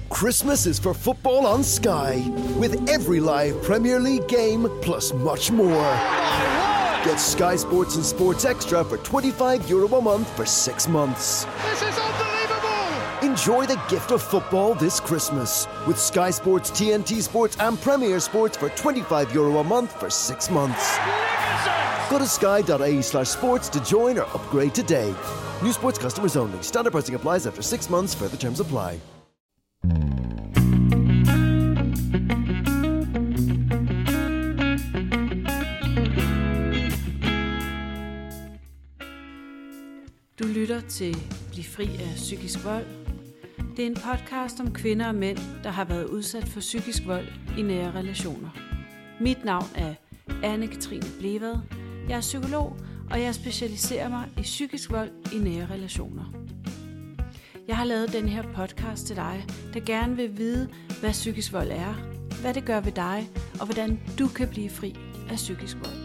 Christmas is for football on Sky, with every live Premier League game, plus much more. Get Sky Sports and Sports Extra for €25 a month for 6 months. This is unbelievable! Enjoy the gift of football this Christmas with Sky Sports, TNT Sports and Premier Sports for €25 a month for 6 months. Go to sky.ie/sports to join or upgrade today. New sports customers only. Standard pricing applies after 6 months. Further terms apply. Du lytter til Bliv fri af psykisk vold. Det er en podcast om kvinder og mænd, der har været udsat for psykisk vold i nære relationer. Mit navn er Anne-Katrine Blevad. Jeg er psykolog, og jeg specialiserer mig i psykisk vold i nære relationer. Jeg har lavet den her podcast til dig, der gerne vil vide, hvad psykisk vold er, hvad det gør ved dig, og hvordan du kan blive fri af psykisk vold.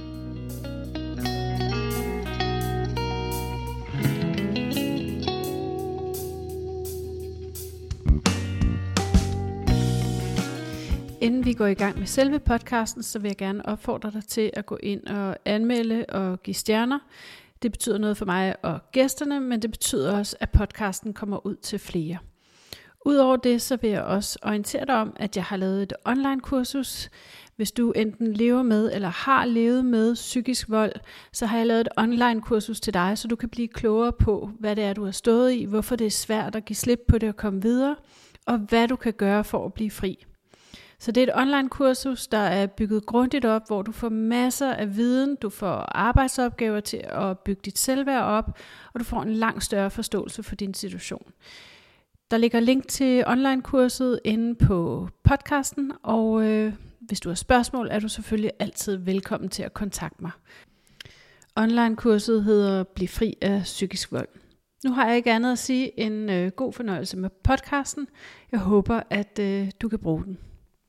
Inden vi går i gang med selve podcasten, så vil jeg gerne opfordre dig til at gå ind og anmelde og give stjerner. Det betyder noget for mig og gæsterne, men det betyder også, at podcasten kommer ud til flere. Udover det, så vil jeg også orientere dig om, at jeg har lavet et online-kursus. Hvis du enten lever med eller har levet med psykisk vold, så har jeg lavet et online-kursus til dig, så du kan blive klogere på, hvad det er, du har stået i, hvorfor det er svært at give slip på det og komme videre, og hvad du kan gøre for at blive fri. Så det er et online-kursus, der er bygget grundigt op, hvor du får masser af viden, du får arbejdsopgaver til at bygge dit selvværd op, og du får en langt større forståelse for din situation. Der ligger link til online-kurset inde på podcasten, og hvis du har spørgsmål, er du selvfølgelig altid velkommen til at kontakte mig. Online-kurset hedder Bliv fri af psykisk vold. Nu har jeg ikke andet at sige end god fornøjelse med podcasten. Jeg håber, at du kan bruge den.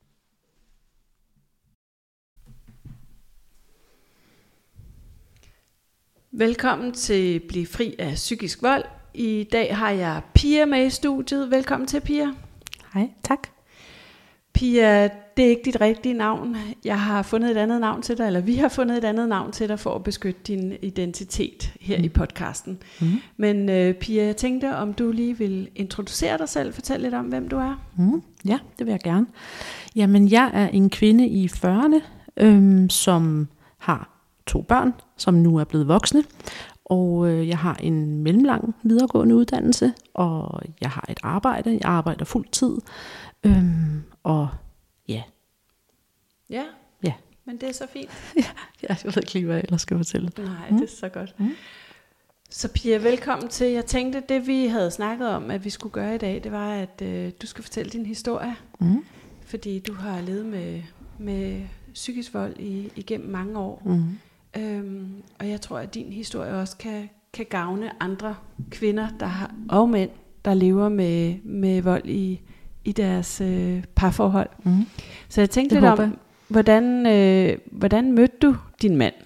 Velkommen til Bliv fri af psykisk vold. I dag har jeg Pia med i studiet. Velkommen til, Pia. Hej, tak. Pia, det er ikke dit rigtige navn. Jeg har fundet et andet navn til dig, eller vi har fundet et andet navn til dig for at beskytte din identitet her i podcasten. Men Pia, jeg tænkte, om du lige vil introducere dig selv, fortælle lidt om, hvem du er. Ja, det vil jeg gerne. Jamen, jeg er en kvinde i 40'erne, som har 2 børn, som nu er blevet voksne. Og jeg har en mellemlang videregående uddannelse, og jeg har et arbejde. Jeg arbejder fuld tid. Og ja. Ja, men det er så fint. Ja, jeg ved ikke lige, hvad jeg ellers skal fortælle. Nej, det er så godt. Så Pia, velkommen til. Jeg tænkte, det vi havde snakket om, at vi skulle gøre i dag, det var, at du skal fortælle din historie. Fordi du har levet med psykisk vold igennem mange år. Og jeg tror, at din historie også kan gavne andre kvinder og mænd, der lever med vold i deres parforhold. Så jeg tænkte lidt om, hvordan mødte du din mand?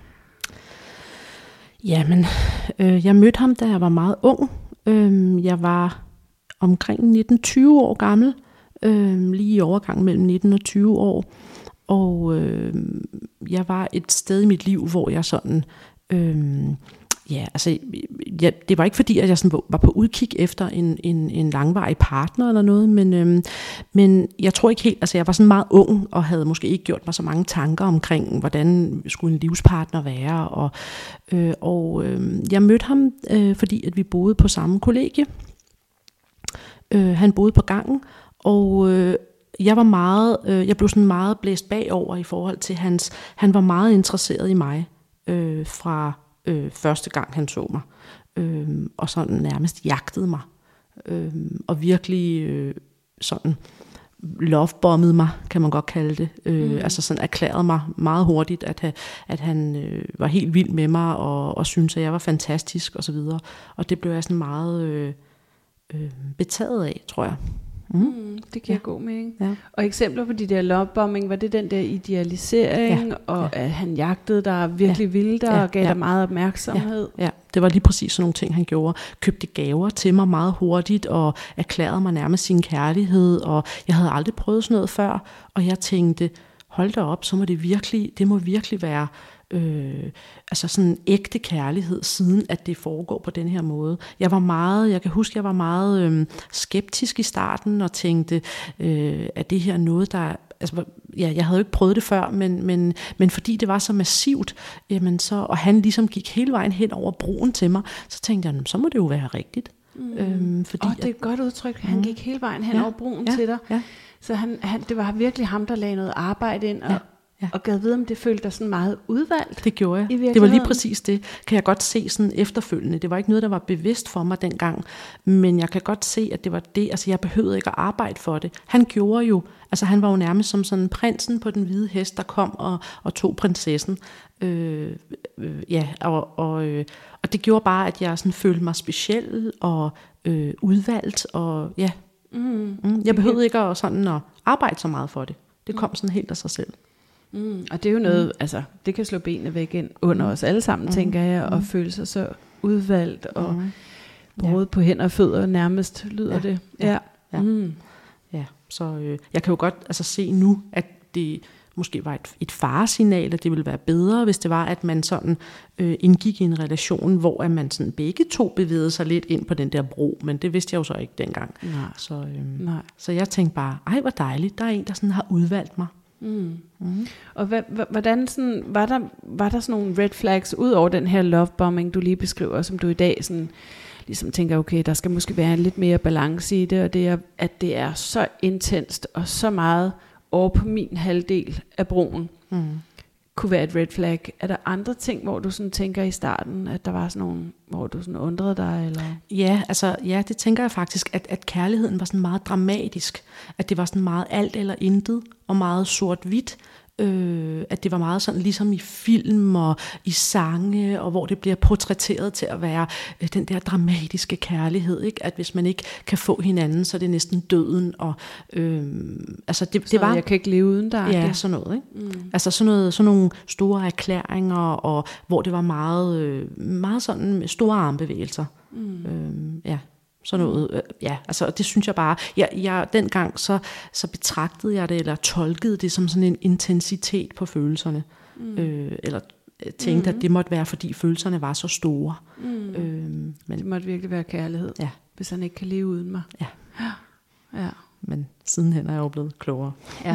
Jamen, jeg mødte ham, da jeg var meget ung. Jeg var omkring 19-20 år gammel, lige i overgang mellem 19 og 20 år. Og jeg var et sted i mit liv, hvor jeg sådan, det var ikke fordi, at jeg sådan var på udkig efter en langvarig partner eller noget, men jeg tror ikke helt, altså jeg var sådan meget ung, og havde måske ikke gjort mig så mange tanker omkring, hvordan skulle en livspartner være, og jeg mødte ham, fordi at vi boede på samme kollegie. Han boede på gangen, og jeg blev sådan meget blæst bagover i forhold til han var meget interesseret i mig fra første gang han så mig, og sådan nærmest jagtede mig, og virkelig sådan lovebombede mig, kan man godt kalde det, altså sådan erklærede mig meget hurtigt, at han var helt vild med mig, og syntes, at jeg var fantastisk, og så videre, og det blev jeg sådan meget betaget af, tror jeg. Det giver god mening. Ja. Og eksempler på de der lovebombing, var det den der idealisering, og at han jagtede dig, virkelig ville dig, og gav dig meget opmærksomhed? Ja, det var lige præcis sådan nogle ting, han gjorde. Købte gaver til mig meget hurtigt, og erklærede mig nærmest sin kærlighed, og jeg havde aldrig prøvet sådan noget før, og jeg tænkte, hold da op, så må det må virkelig være altså sådan en ægte kærlighed, siden at det foregår på den her måde. Jeg kan huske, jeg var meget skeptisk i starten, og tænkte, at det her noget, der... Altså, jeg havde jo ikke prøvet det før, men fordi det var så massivt, jamen og han ligesom gik hele vejen hen over broen til mig, så tænkte jeg, så må det jo være rigtigt. Fordi det er et godt udtryk. Han gik hele vejen hen over broen til dig. Ja. Så det var virkelig ham, der lagde noget arbejde ind, og gav videre, om det følte dig sådan meget udvalgt. Det gjorde jeg. Det var lige præcis det. Kan jeg godt se sådan efterfølgende. Det var ikke noget, der var bevidst for mig dengang, men jeg kan godt se, at det var det. Altså, jeg behøvede ikke at arbejde for det. Han gjorde jo, altså han var jo nærmest som sådan prinsen på den hvide hest, der kom og tog prinsessen. Og det gjorde bare, at jeg sådan følte mig speciel og udvalgt, og jeg behøvede ikke at arbejde så meget for det. Det kom sådan helt af sig selv. Og det er jo noget, altså det kan slå benene væk ind under os alle sammen, tænker jeg, og føle sig så udvalgt og brudt på hænder og fødder nærmest, lyder det. Ja, så jeg kan jo godt se nu, at det måske var et faresignal, at det ville være bedre, hvis det var, at man sådan indgik i en relation, hvor at man sådan begge to bevægede sig lidt ind på den der bro, men det vidste jeg jo så ikke dengang. Så jeg tænkte bare, ej hvor dejligt, der er en, der sådan har udvalgt mig. Og hvordan sådan, var der sådan nogle red flags ud over den her lovebombing, du lige beskriver, som du i dag sådan ligesom tænker, okay, der skal måske være lidt mere balance i det, og det er, at det er så intenst og så meget over på min halvdel af broen, kunne være et red flag. Er der andre ting, hvor du sådan tænker i starten, at der var sådan nogle, hvor du sådan undrede dig? Eller? Ja, det tænker jeg faktisk, at kærligheden var sådan meget dramatisk. At det var sådan meget alt eller intet, og meget sort-hvidt. At det var meget sådan ligesom i film og i sange, og hvor det bliver portrætteret til at være den der dramatiske kærlighed, ikke? At hvis man ikke kan få hinanden, så er det næsten døden. Og det var, jeg kan ikke leve uden dig. Ja, sådan noget, ikke? Altså sådan nogle store erklæringer, og hvor det var meget, meget sådan med store armbevægelser. Sådan noget, det synes jeg bare, jeg dengang så betragtede jeg det, eller tolkede det som sådan en intensitet på følelserne, eller tænkte, at det måtte være, fordi følelserne var så store. Men det måtte virkelig være kærlighed, hvis han ikke kan leve uden mig. Ja. Men sidenhen er jeg jo blevet klogere. Ja.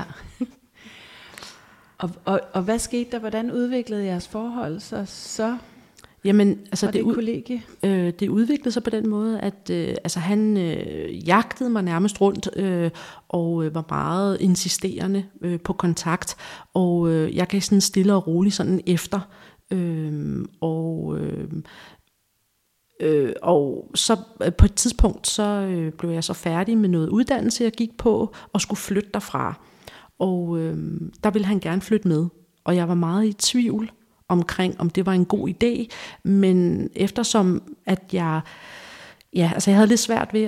og hvad skete der? Hvordan udviklede jeres forhold så? Jamen, det udviklede sig på den måde, at han jagtede mig nærmest rundt og var meget insisterende på kontakt, og jeg gav sådan stille og roligt sådan efter, og så på et tidspunkt så blev jeg så færdig med noget uddannelse, jeg gik på, og skulle flytte derfra, og der ville han gerne flytte med, og jeg var meget i tvivl omkring, om det var en god idé, men eftersom at jeg havde lidt svært ved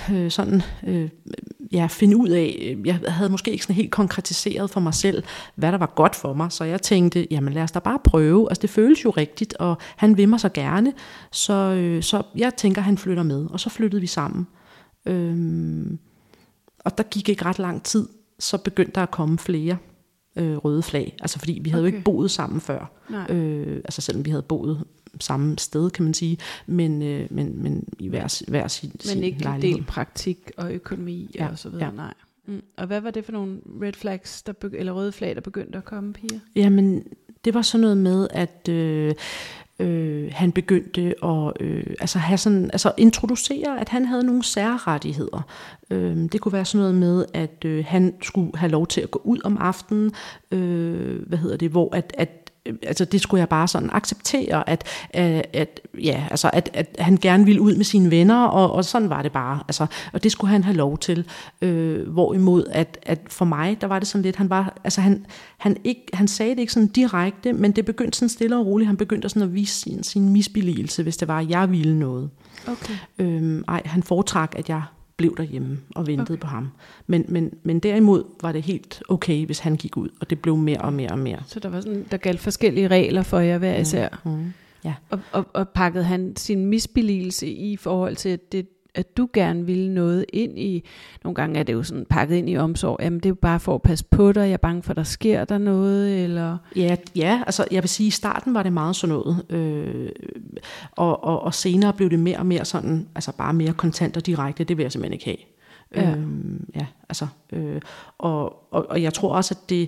at finde ud af, jeg havde måske ikke sådan helt konkretiseret for mig selv, hvad der var godt for mig, så jeg tænkte, jamen lad os da bare prøve, altså det føles jo rigtigt, og han vil mig så gerne, så jeg tænker, han flytter med, og så flyttede vi sammen. Og der gik ikke ret lang tid, så begyndte der at komme flere røde flag, altså fordi vi havde jo ikke boet sammen før, selvom vi havde boet samme sted, kan man sige, men i hver sin men ikke lejlighed. del praktik og økonomi og så videre, nej. Og hvad var det for nogle red flags, eller røde flag, der begyndte at komme, Pia? Jamen, det var sådan noget med, at han begyndte at introducere, at han havde nogle særrettigheder. Det kunne være sådan noget med, at han skulle have lov til at gå ud om aftenen, hvor det skulle jeg bare sådan acceptere, at han gerne ville ud med sine venner, og sådan var det bare. Altså, og det skulle han have lov til. Hvorimod at for mig, der var det sådan lidt, han sagde det ikke sådan direkte, men det begyndte sådan stille og roligt. Han begyndte sådan at vise sin misbilligelse, hvis det var, at jeg ville noget. Okay. Han foretrak, at jeg blev derhjemme og ventede på ham. Men derimod var det helt okay, hvis han gik ud, og det blev mere og mere og mere. Så der var sådan, der galt forskellige regler for jer hver især. Ja. Og pakkede han sin misbilligelse i forhold til, at du gerne ville noget ind i, nogle gange er det jo sådan pakket ind i omsorg, jamen det er jo bare for at passe på dig, jeg er bange for, der sker der noget, eller? Ja, altså jeg vil sige, i starten var det meget sådan noget, og senere blev det mere og mere sådan, altså bare mere kontant og direkte, det vil jeg simpelthen ikke have. Og jeg tror også, at det,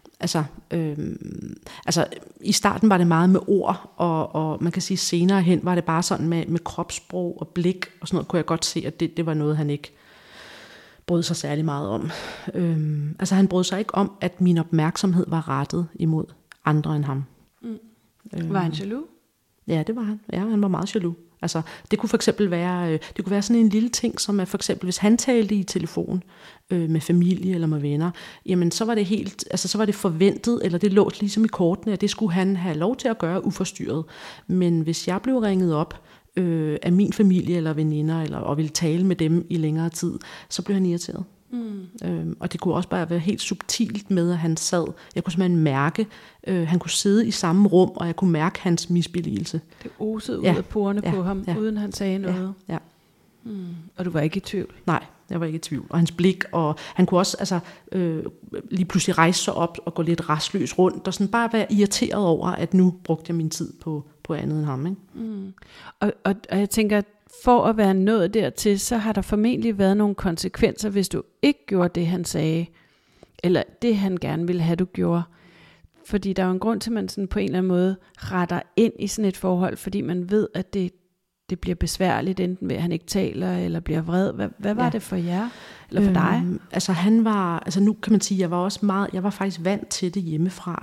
altså i starten var det meget med ord, og man kan sige senere hen var det bare sådan med kropssprog og blik og sådan noget, kunne jeg godt se, at det var noget, han ikke brød sig særlig meget om. Altså han brød sig ikke om, at min opmærksomhed var rettet imod andre end ham. Var han jaloux? Ja, det var han. Ja, han var meget jaloux. Altså, det kunne for eksempel være, det kunne være sådan en lille ting, som er for eksempel, hvis han talte i telefon med familie eller med venner, jamen så var det helt, altså så var det forventet, eller det lå ligesom i kortene, at det skulle han have lov til at gøre uforstyrret. Men hvis jeg blev ringet op af min familie eller veninder, og ville tale med dem i længere tid, så blev han irriteret. Og det kunne også bare være helt subtilt med, at han sad. Jeg kunne simpelthen mærke, han kunne sidde i samme rum, og jeg kunne mærke hans misbilligelse. Det osede ud af porerne på ham, uden han sagde noget. Ja. Og du var ikke i tvivl? Nej, jeg var ikke i tvivl. Og hans blik, og han kunne også lige pludselig rejse sig op og gå lidt rastløs rundt, og sådan bare være irriteret over, at nu brugte jeg min tid på andet end ham. Ikke? Og jeg tænker, for at være nået dertil, så har der formentlig været nogle konsekvenser, hvis du ikke gjorde det, han sagde, eller det, han gerne ville have, du gjorde. Fordi der er jo en grund til, at man sådan på en eller anden måde retter ind i sådan et forhold, fordi man ved, at det bliver besværligt, enten ved, at han ikke taler, eller bliver vred. Hvad var det for jer? Eller for dig? Altså han var, altså nu kan man sige, jeg var faktisk vant til det hjemmefra,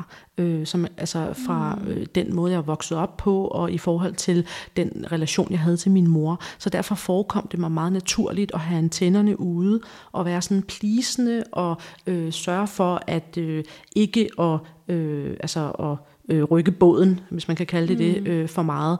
fra den måde, jeg voksede op på, og i forhold til den relation, jeg havde til min mor. Så derfor forekom det mig meget naturligt at have antennerne ude, og være sådan pleasende, og sørge for, at ikke at rykke båden, hvis man kan kalde det for meget.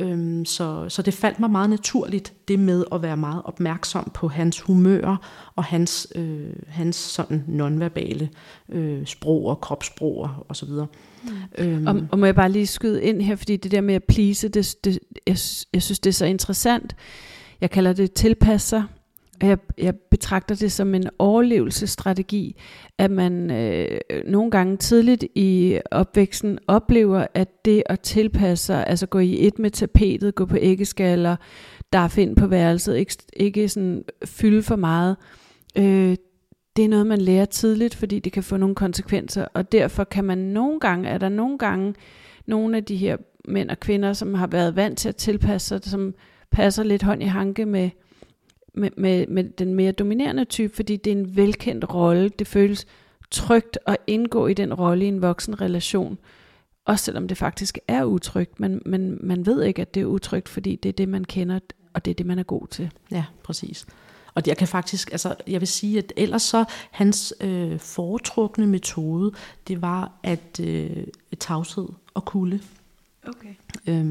Så det faldt mig meget naturligt, det med at være meget opmærksom på hans humør og hans sådan nonverbale sprog og kropssprog og så videre. Og må jeg bare lige skyde ind her, fordi det der med at please, jeg synes det er så interessant. Jeg kalder det tilpasser. Jeg betragter det som en overlevelsesstrategi, at man nogle gange tidligt i opvæksten oplever, at det at tilpasse sig, altså gå i et med tapetet, gå på æggeskaller, daffe ind på værelset, ikke sådan fylde for meget, det er noget, man lærer tidligt, fordi det kan få nogle konsekvenser, og derfor kan man nogle gange nogle af de her mænd og kvinder, som har været vant til at tilpasse sig, som passer lidt hånd i hanke med den mere dominerende type, fordi det er en velkendt rolle. Det føles trygt at indgå i den rolle i en voksen relation, også selvom det faktisk er utrygt, men man ved ikke, at det er utrygt, fordi det er det, man kender, og det er det, man er god til. Ja, præcis. Og jeg kan faktisk, jeg vil sige, at ellers så hans foretrukne metode, det var at tavshed og kulde. Okay.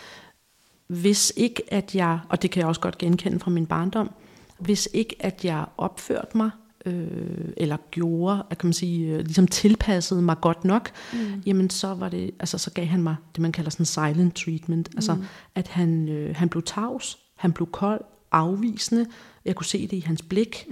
Hvis ikke at jeg, og det kan jeg også godt genkende fra min barndom, hvis ikke at jeg opførte mig, eller gjorde, kan man sige, ligesom tilpassede mig godt nok, jamen så var det, altså så gav han mig det, man kalder sådan silent treatment, altså at han blev tavs, han blev kold, afvisende. Jeg kunne se det i hans blik,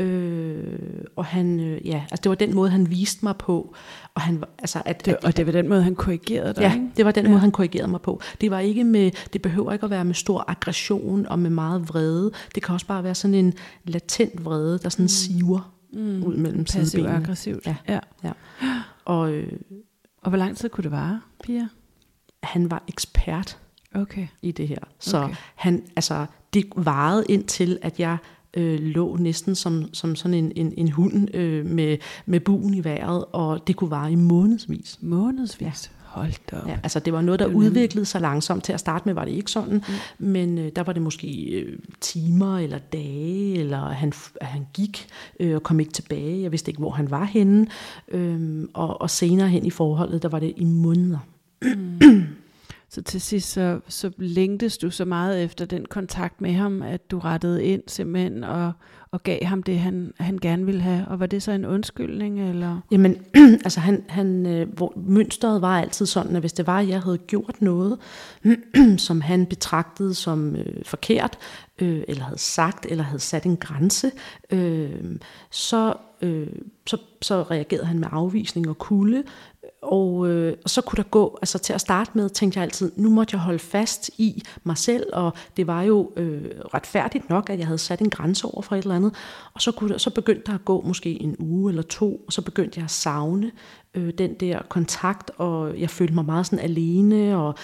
og han, det var den måde, han viste mig på, og han, og det var den måde, han korrigerede dig. Ja, ikke? det var den måde, han korrigerede mig på. Det var ikke med, det behøver ikke at være med stor aggression og med meget vrede. Det kan også bare være sådan en latent vrede, der sådan siver ud mellem sidebenene. Passiv-aggressivt. Ja. Og hvor lang tid kunne det vare, Pia? Han var ekspert i det her. Så han, det varede indtil, at jeg lå næsten som sådan en hund med buen i vejret, og det kunne vare i månedsvis. Månedsvis? Hold da op. Ja, det var noget, der udviklede sig langsomt. Til at starte med var det ikke sådan, men der var det måske timer eller dage, eller han gik og kom ikke tilbage. Jeg vidste ikke, hvor han var henne. Og senere hen i forholdet, der var det i måneder. Så til sidst så længtes du så meget efter den kontakt med ham, at du rettede ind simpelthen og gav ham det, han gerne ville have. Og var det så en undskyldning? Eller? Jamen, altså mønstret var altid sådan, at hvis det var, at jeg havde gjort noget, som han betragtede som forkert, eller havde sagt, eller havde sat en grænse, så reagerede han med afvisning og kulde. Og så kunne der gå, altså til at starte med, tænkte jeg altid, nu måtte jeg holde fast i mig selv, og det var jo retfærdigt nok, at jeg havde sat en grænse over for et eller andet, og så begyndte der at gå måske en uge eller 2, og så begyndte jeg at savne den der kontakt, og jeg følte mig meget sådan alene, og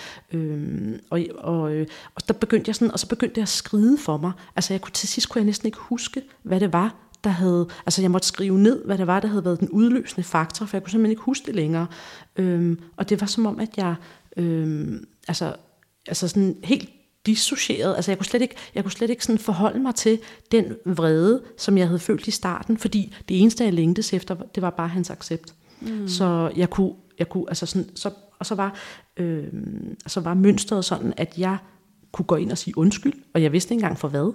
der begyndte jeg sådan, og så begyndte det at skride for mig. Altså til sidst kunne jeg næsten ikke huske, hvad det var, der havde, altså jeg måtte skrive ned, hvad det var, der havde været den udløsende faktor, for jeg kunne simpelthen ikke huske det længere. Og det var som om, at jeg altså sådan helt dissocieret, altså jeg kunne slet ikke sådan forholde mig til den vrede, som jeg havde følt i starten, fordi det eneste, jeg længtes efter, det var bare hans accept. Så jeg kunne altså sådan, så var mønstret sådan, at jeg kunne gå ind og sige undskyld, og jeg vidste ikke engang for hvad.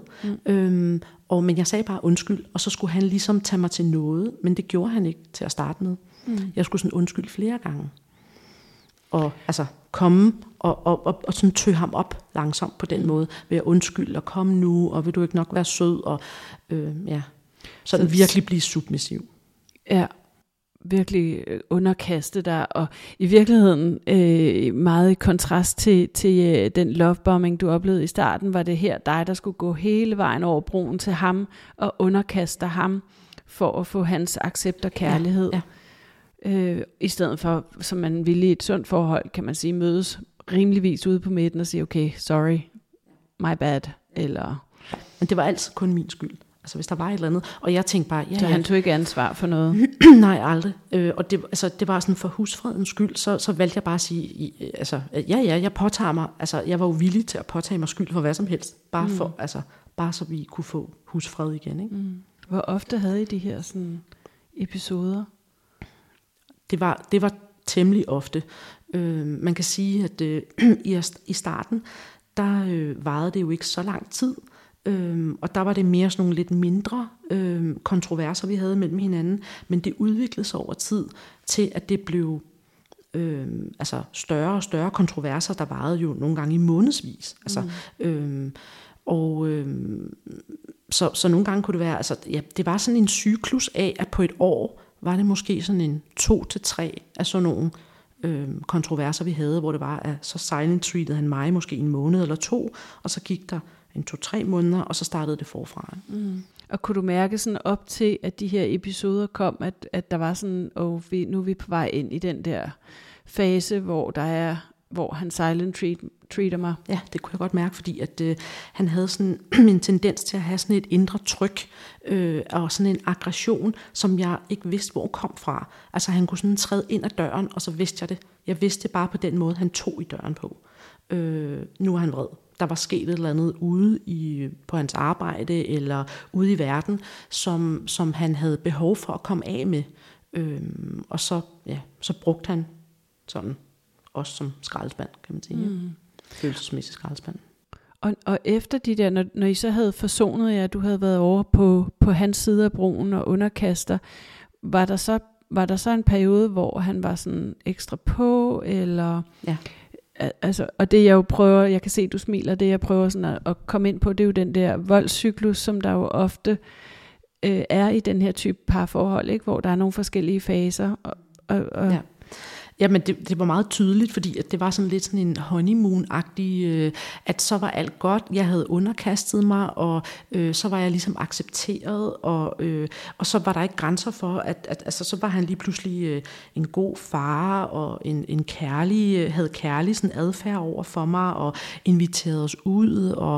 Men jeg sagde bare undskyld, og så skulle han ligesom tage mig til noget, men det gjorde han ikke til at starte med. Jeg skulle sådan undskylde flere gange. Og altså komme og sådan tøge ham op langsomt på den måde, ved at undskylde og komme nu, og vil du ikke nok være sød, og sådan virkelig blive submissiv. Ja, virkelig underkaste dig, og i virkeligheden meget i kontrast til den lovebombing, du oplevede i starten, var det her dig, der skulle gå hele vejen over broen til ham, og underkaste ham, for at få hans accept og kærlighed. Ja. I stedet for, som man ville i et sundt forhold, kan man sige, mødes rimeligvis ude på midten og sige, okay, sorry, my bad, eller... Men det var altid kun min skyld. Altså hvis der var et eller andet, og jeg tænkte bare... Så han tog ikke ansvar for noget? Nej, aldrig. Og det var sådan for husfredens skyld, så valgte jeg bare at sige, jeg påtager mig, altså jeg var jo villig til at påtage mig skyld for hvad som helst, bare så vi kunne få husfred igen. Ikke? Hvor ofte havde I de her sådan episoder? Det var temmelig ofte. Man kan sige, at i starten, der varede det jo ikke så lang tid, og der var det mere sådan nogle lidt mindre kontroverser, vi havde mellem hinanden, men det udviklede sig over tid til, at det blev større og større kontroverser, der varede jo nogle gange i månedsvis. Så nogle gange kunne det være, det var sådan en cyklus af, at på et år var det måske sådan en 2-3 af sådan nogle kontroverser, vi havde, hvor det var, at så silent treated han mig måske en måned eller 2, og så gik der 2-3 måneder, og så startede det forfra. Og kunne du mærke sådan op til, at de her episoder kom, at der var sådan, nu er vi på vej ind i den der fase, hvor han silent treater mig? Ja, det kunne jeg godt mærke, fordi at han havde sådan en tendens til at have sådan et indre tryk, og sådan en aggression, som jeg ikke vidste, hvor kom fra. Altså han kunne sådan træde ind ad døren, og så vidste jeg det. Jeg vidste det bare på den måde, han tog i døren på. Nu er han vred. Der var sket et eller andet ude på hans arbejde, eller ude i verden, som han havde behov for at komme af med. Og så brugte han sådan, også som skraldespand, kan man sige. Følelsesmæssig skraldespand. Og efter de der, når I så havde forsonet jer, du havde været over på hans side af broen og underkaster, var der så en periode, hvor han var sådan ekstra på, eller... Ja. Altså, og det jeg jo prøver, jeg kan se du smiler, det jeg prøver sådan at komme ind på, det er jo den der voldscyklus, som der jo ofte er i den her type parforhold, ikke? Hvor der er nogle forskellige faser. Ja. Ja, men det var meget tydeligt, fordi at det var sådan lidt sådan en honeymoon-agtig, at så var alt godt, jeg havde underkastet mig, og så var jeg ligesom accepteret, og så var der ikke grænser for, at så var han lige pludselig en god far, og en havde kærlig sådan adfærd over for mig, og inviterede os ud, og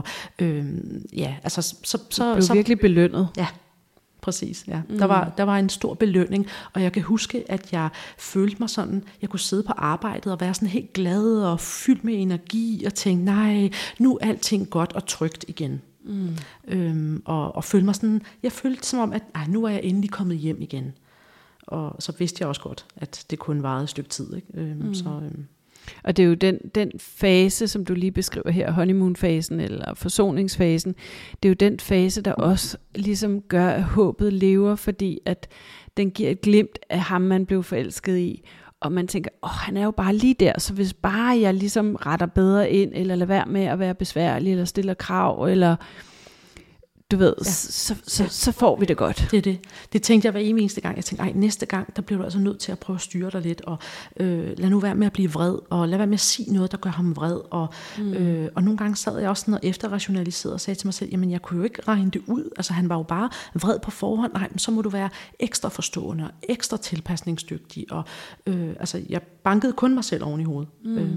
så blev virkelig belønnet. Ja. Præcis, ja. Der var en stor belønning, og jeg kan huske, at jeg følte mig sådan, jeg kunne sidde på arbejdet og være sådan helt glad og fyldt med energi og tænke, nej, nu er alting godt og trygt igen. Og følte mig sådan, jeg følte som om, at nu er jeg endelig kommet hjem igen. Og så vidste jeg også godt, at det kun varede et stykke tid. Ikke? Og det er jo den fase, som du lige beskriver her, honeymoon-fasen eller forsoningsfasen, det er jo den fase, der også ligesom gør, at håbet lever, fordi at den giver et glimt af ham, man blev forelsket i. Og man tænker, han er jo bare lige der, så hvis bare jeg ligesom retter bedre ind, eller lader være med at være besværlig, eller stiller krav, eller du ved, så får vi det godt. Det er det. Det tænkte jeg hver eneste gang. Jeg tænkte, næste gang, der bliver du altså nødt til at prøve at styre dig lidt, og lad nu være med at blive vred, og lad være med at sige noget, der gør ham vred. Og nogle gange sad jeg også sådan og efterrationaliserede og sagde til mig selv, jamen jeg kunne jo ikke regne det ud. Altså han var jo bare vred på forhånd. Nej, men så må du være ekstra forstående og ekstra tilpasningsdygtig. Og altså jeg bankede kun mig selv oven i hovedet.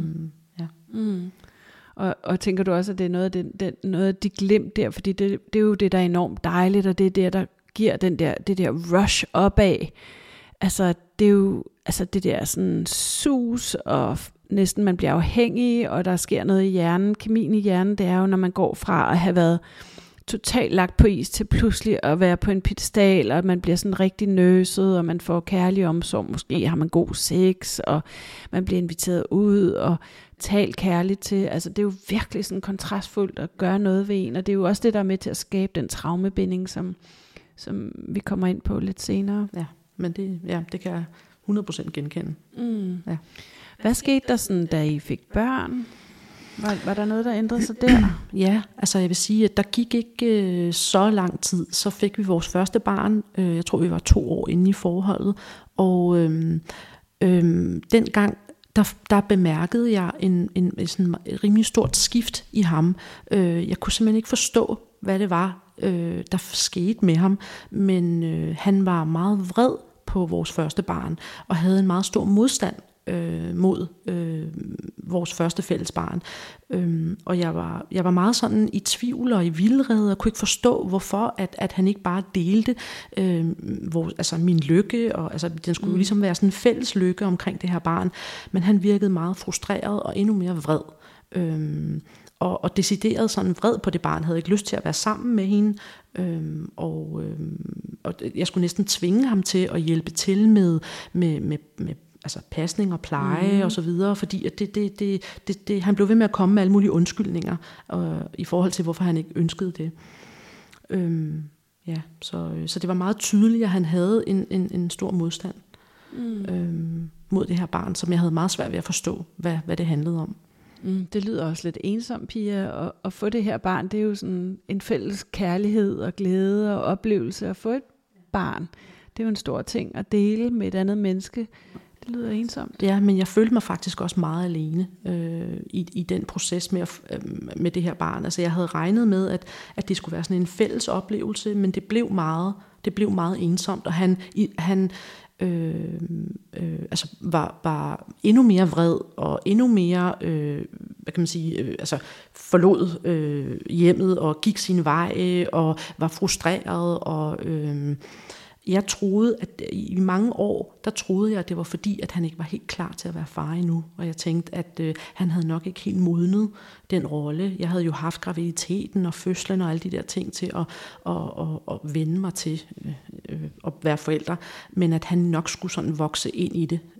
Og tænker du også, at det er noget af de glimt der, fordi det er jo det, der er enormt dejligt, og det er det, der giver det der rush opad. Altså det er jo det der sådan sus, og næsten man bliver afhængig, og der sker noget i hjernen. Kemien i hjernen, det er jo, når man går fra at have været totalt lagt på is til pludselig at være på en piedestal, og man bliver sådan rigtig nøset, og man får kærlig omsorg, måske har man god sex, og man bliver inviteret ud, og talt kærligt til. Altså det er jo virkelig sådan kontrastfuldt at gøre noget ved en, og det er jo også det, der er med til at skabe den traumebinding, som vi kommer ind på lidt senere. Ja, men det kan jeg 100% genkende. Ja. Hvad skete der sådan, da I fik børn? Var der noget, der ændrede sig der? Ja, altså jeg vil sige, at der gik ikke så lang tid, så fik vi vores første barn. Jeg tror, vi var 2 år inde i forholdet, og dengang, der bemærkede jeg en sådan rimelig stort skift i ham. Jeg kunne simpelthen ikke forstå, hvad det var, der skete med ham, men han var meget vred på vores første barn, og havde en meget stor modstand mod vores første fælles barn. Og jeg var meget sådan i tvivl og i vildrede, og kunne ikke forstå, hvorfor at han ikke bare delte min lykke, og altså, den skulle ligesom være sådan en fælles lykke omkring det her barn, men han virkede meget frustreret og endnu mere vred. Og decideret sådan vred på det barn, havde ikke lyst til at være sammen med hende, og jeg skulle næsten tvinge ham til at hjælpe til med altså pasning og pleje og så videre, fordi at han blev ved med at komme med alle mulige undskyldninger i forhold til, hvorfor han ikke ønskede det. Så det var meget tydeligt, at han havde en stor modstand mod det her barn, som jeg havde meget svært ved at forstå, hvad det handlede om. Det lyder også lidt ensomt, Pia, at få det her barn. Det er jo sådan en fælles kærlighed og glæde og oplevelse at få et barn. Det er jo en stor ting at dele med et andet menneske. Det lyder ensomt. Ja, men jeg følte mig faktisk også meget alene i den proces med det her barn. Altså jeg havde regnet med, at det skulle være sådan en fælles oplevelse, men det blev meget ensomt, og han var endnu mere vred og endnu mere forlod hjemmet og gik sin vej og var frustreret, og jeg troede, at i mange år, der troede jeg, at det var fordi, at han ikke var helt klar til at være far endnu. Og jeg tænkte, at han havde nok ikke helt modnet den rolle. Jeg havde jo haft graviditeten og fødslen og alle de der ting til at vende mig til at være forældre. Men at han nok skulle sådan vokse ind i det.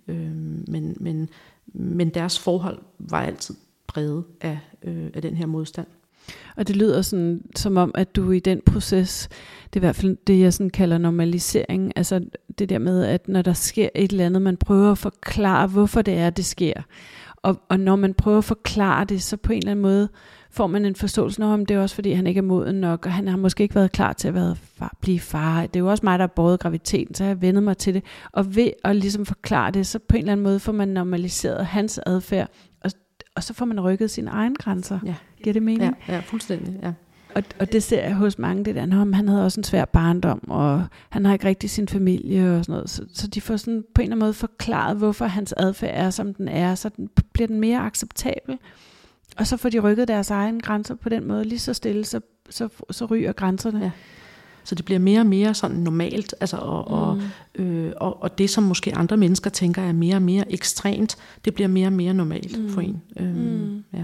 Men deres forhold var altid præget af den her modstand. Og det lyder sådan, som om, at du i den proces, det er i hvert fald det, jeg sådan kalder normalisering, altså det der med, at når der sker et eller andet, man prøver at forklare, hvorfor det er, det sker. Og når man prøver at forklare det, så på en eller anden måde får man en forståelse om, det er også fordi, han ikke er moden nok, og han har måske ikke været klar til at blive far. Det er jo også mig, der har båret graviditeten, så jeg har vendet mig til det. Og ved at ligesom forklare det, så på en eller anden måde får man normaliseret hans adfærd, og så får man rykket sine egne grænser. Ja. Giver det mening? Ja, fuldstændig, ja. Og det ser jeg hos mange, det der, han havde også en svær barndom, og han har ikke rigtig sin familie og sådan noget. Så de får sådan på en eller anden måde forklaret, hvorfor hans adfærd er, som den er, så bliver den mere acceptabel. Og så får de rykket deres egne grænser på den måde, lige så stille, så ryger grænserne. Ja. Så det bliver mere og mere sådan normalt, altså, og det, som måske andre mennesker tænker er mere og mere ekstremt, det bliver mere og mere normalt for en. Ja.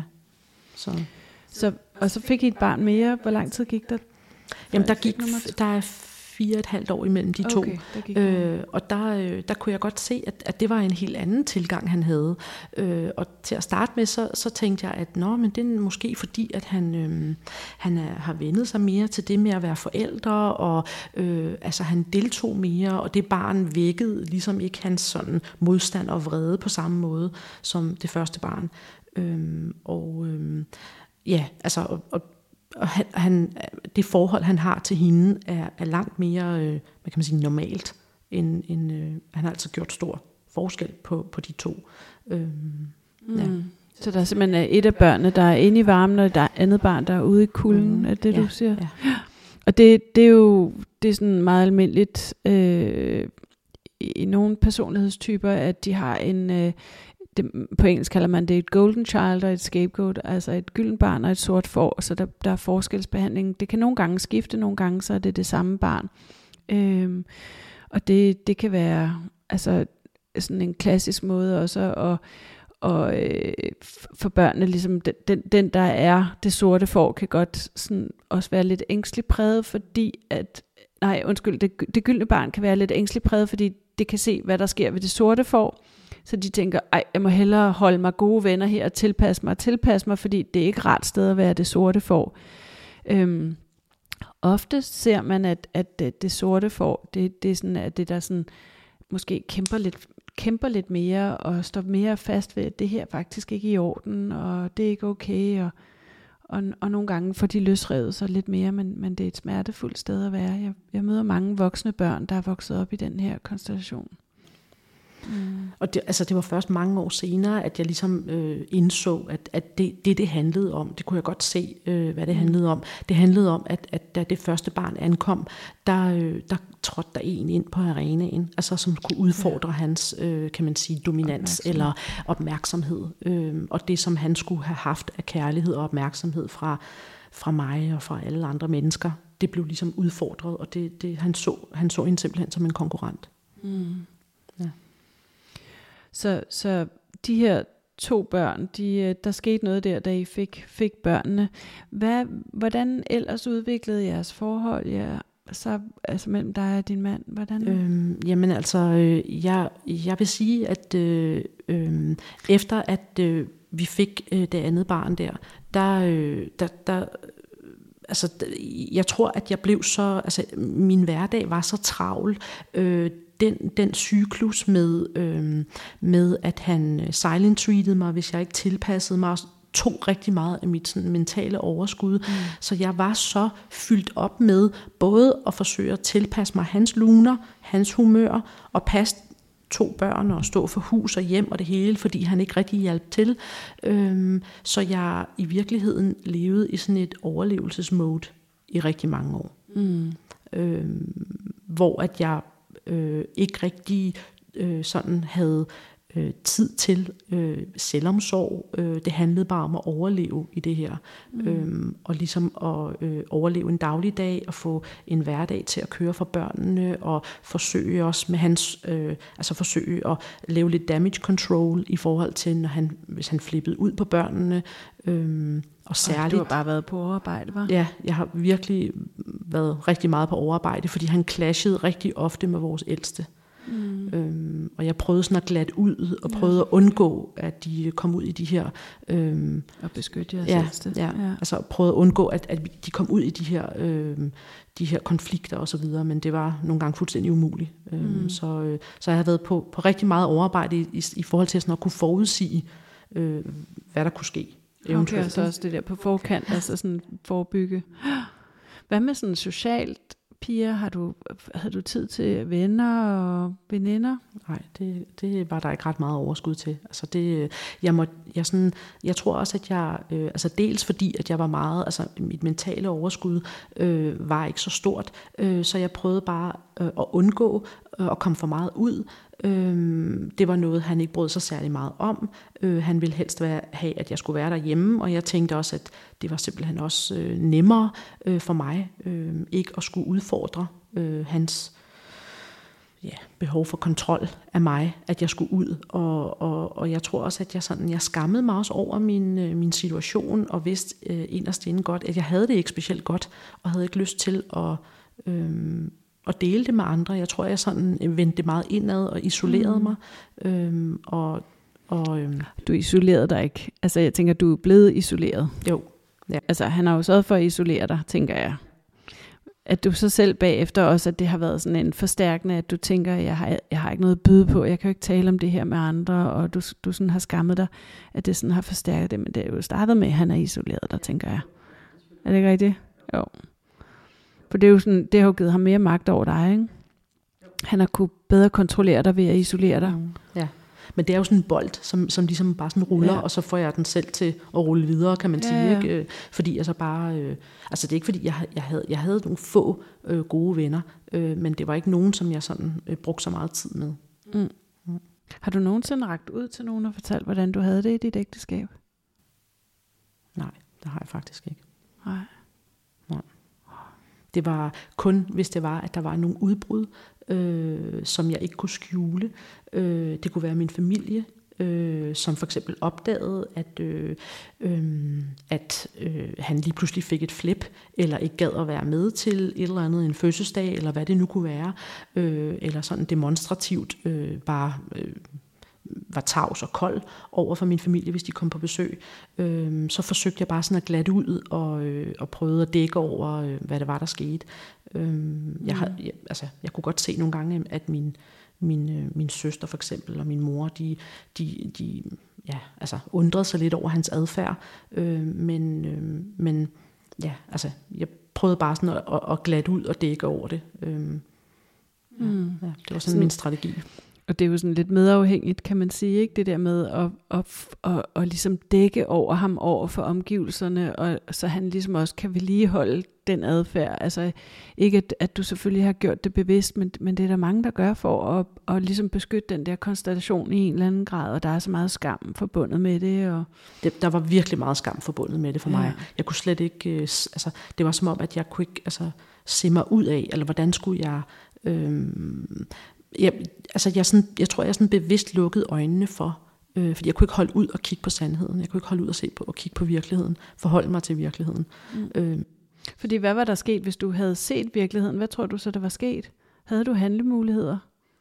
Og så fik I et barn mere. Hvor lang tid gik der? Jamen, der er 4,5 år imellem de to. Og der kunne jeg godt se, at det var en helt anden tilgang, han havde. Og til at starte med, så tænkte jeg, at men det er måske fordi, at han har vendet sig mere til det med at være forældre, og han deltog mere, og det barn vækkede ligesom ikke hans sådan modstand og vrede på samme måde som det første barn. Det forhold, han har til hende, er langt mere, hvad kan man sige, normalt, end han har altså gjort stor forskel på de to. Så der er simpelthen et af børnene, der er inde i varmen, og der er andet barn, der er ude i kulden, er det, du siger? Ja. Og det er sådan meget almindeligt i nogle personlighedstyper, at de har en... på engelsk kalder man det et golden child og et scapegoat, altså et gyldent barn og et sort får, så der er forskelsbehandling. Det kan nogle gange skifte, nogle gange så er det samme barn. Og det kan være altså sådan en klassisk måde også og for børnene, ligesom den der er det sorte får, kan godt sådan også være lidt ængstelig præget, fordi det gyldne barn kan være lidt ængstelig præget, fordi det kan se, hvad der sker ved det sorte får. Så de tænker, jeg må hellere holde mig gode venner her og tilpasse mig, fordi det er ikke ret sted at være det sorte får. Ofte ser man, at det sorte får, det er sådan, at det der sådan, måske kæmper lidt mere, og står mere fast ved, at det her faktisk ikke er i orden, og det er ikke okay, og nogle gange får de løsrevet sig lidt mere, men det er et smertefuldt sted at være. Jeg møder mange voksne børn, der er vokset op i den her konstellation. Og det var først mange år senere, at jeg ligesom indså, at det handlede om. Det kunne jeg godt se, hvad det handlede om. Det handlede om, at da det første barn ankom, der trådte der en ind på arenaen, altså som kunne udfordre hans, kan man sige, dominans eller opmærksomhed. Og det, som han skulle have haft af kærlighed og opmærksomhed fra mig og fra alle andre mennesker, det blev ligesom udfordret, og han så hende simpelthen som en konkurrent. Ja. Så de her 2 børn, der skete noget der, da I fik børnene. Hvordan ellers udviklede jeres forhold så mellem dig og din mand? Hvordan? Jeg vil sige, at efter at vi fik det andet barn der jeg tror, at jeg blev så, min hverdag var så travl. Den cyklus med at han silent treated mig, hvis jeg ikke tilpassede mig, tog rigtig meget af mit sådan mentale overskud. Så jeg var så fyldt op med både at forsøge at tilpasse mig hans luner, hans humør, og passe 2 børn og stå for hus og hjem og det hele, fordi han ikke rigtig hjalp til. Så jeg i virkeligheden levede i sådan et overlevelsesmode i rigtig mange år. Hvor at jeg ikke rigtig sådan havde tid til selvomsorg. Det handlede bare om at overleve i det her. Og ligesom at overleve en dagligdag og få en hverdag til at køre for børnene og forsøge også med hans, forsøge at lave lidt damage control i forhold til, hvis han flippede ud på børnene. Og særligt, du har bare været på overarbejde, hva'? Ja, jeg har virkelig været rigtig meget på overarbejde, fordi han clashede rigtig ofte med vores ældste. Og jeg prøvede sådan at glatte ud og prøvede at undgå, at de kom ud i de her og beskytte jeres ældste. Ja. Altså prøvede at undgå, at de kom ud i de her konflikter og så videre, men det var nogle gange fuldstændig umuligt. Så jeg har været på rigtig meget overarbejde i forhold til sådan at kunne forudsige, hvad der kunne ske. Okay, og så også det der på forkant, altså sådan forebygge. Hvad med sådan socialt, Pia? Havde du tid til venner og veninder? Nej, det var der ikke ret meget overskud til. Altså jeg tror også, at jeg, dels fordi, at jeg var meget, mit mentale overskud var ikke så stort, så jeg prøvede bare at undgå at komme for meget ud. Det var noget, han ikke brød sig særlig meget om. Han ville helst have, at jeg skulle være derhjemme, og jeg tænkte også, at det var simpelthen også nemmere for mig ikke at skulle udfordre hans behov for kontrol af mig, at jeg skulle ud. Og jeg tror også, at jeg skammede mig også over min situation, og vidste inderst inde godt, at jeg havde det ikke specielt godt, og havde ikke lyst til at dele det med andre. Jeg tror, jeg sådan vendte det meget indad og isolerede mig. Du isolerede dig ikke. Altså, jeg tænker, du er blevet isoleret. Jo. Ja. Altså, han har jo sørget for at isolere dig, tænker jeg. At du så selv bagefter også, at det har været sådan en forstærkende, at du tænker, jeg har ikke noget at byde på, jeg kan jo ikke tale om det her med andre, og du sådan har skammet dig, at det sådan har forstærket det, men det er jo startet med, at han er isoleret dig, tænker jeg. Er det ikke rigtigt? Jo. For det er jo sådan, det har jo givet ham mere magt over dig, ikke? Han har kunnet bedre kontrollere dig ved at isolere dig. Ja. Men det er jo sådan en bold, som ligesom bare sådan ruller, og så får jeg den selv til at rulle videre, kan man sige. Ikke? Fordi jeg så bare... altså det er ikke fordi, jeg havde nogle få gode venner, men det var ikke nogen, som jeg sådan brugte så meget tid med. Har du nogensinde rakt ud til nogen og fortalt, hvordan du havde det i dit ægteskab? Nej, det har jeg faktisk ikke. Nej. Det var kun, hvis det var, at der var nogle udbrud, som jeg ikke kunne skjule. Det kunne være min familie, som for eksempel opdagede, at han lige pludselig fik et flip, eller ikke gad at være med til et eller andet, en fødselsdag, eller hvad det nu kunne være, eller sådan demonstrativt bare... var tavs og kold over for min familie, hvis de kom på besøg. Så forsøgte jeg bare sådan at glatte ud og prøvede at dække over, hvad det var, der skete. Jeg kunne godt se nogle gange, at min søster for eksempel og min mor, de undrede sig lidt over hans adfærd. Men jeg prøvede bare sådan at glatte ud og dække over det. Det var sådan min strategi. Og det er jo sådan lidt medafhængigt, kan man sige, ikke? Det der med at ligesom dække over ham over for omgivelserne, og så han ligesom også kan vedligeholde den adfærd. Altså ikke at du selvfølgelig har gjort det bevidst, men det er der mange, der gør for at ligesom beskytte den der konstellation i en eller anden grad, og der er så meget skam forbundet med det. Og der var virkelig meget skam forbundet med det for mig. Jeg kunne slet ikke, det var som om, at jeg kunne ikke se mig ud af, eller hvordan skulle jeg... Jeg tror, jeg sådan bevidst lukkede øjnene for, fordi jeg kunne ikke holde ud og kigge på sandheden. Jeg kunne ikke holde ud og se på og kigge på virkeligheden, forholde mig til virkeligheden. Fordi hvad var der sket, hvis du havde set virkeligheden? Hvad tror du så, der var sket? Havde du handlemuligheder?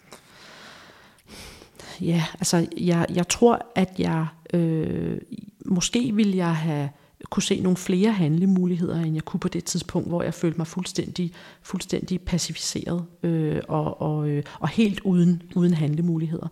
Ja, altså jeg tror, at jeg måske ville jeg have kunne se nogle flere handlemuligheder, end jeg kunne på det tidspunkt, hvor jeg følte mig fuldstændig pacificeret og helt uden handlemuligheder.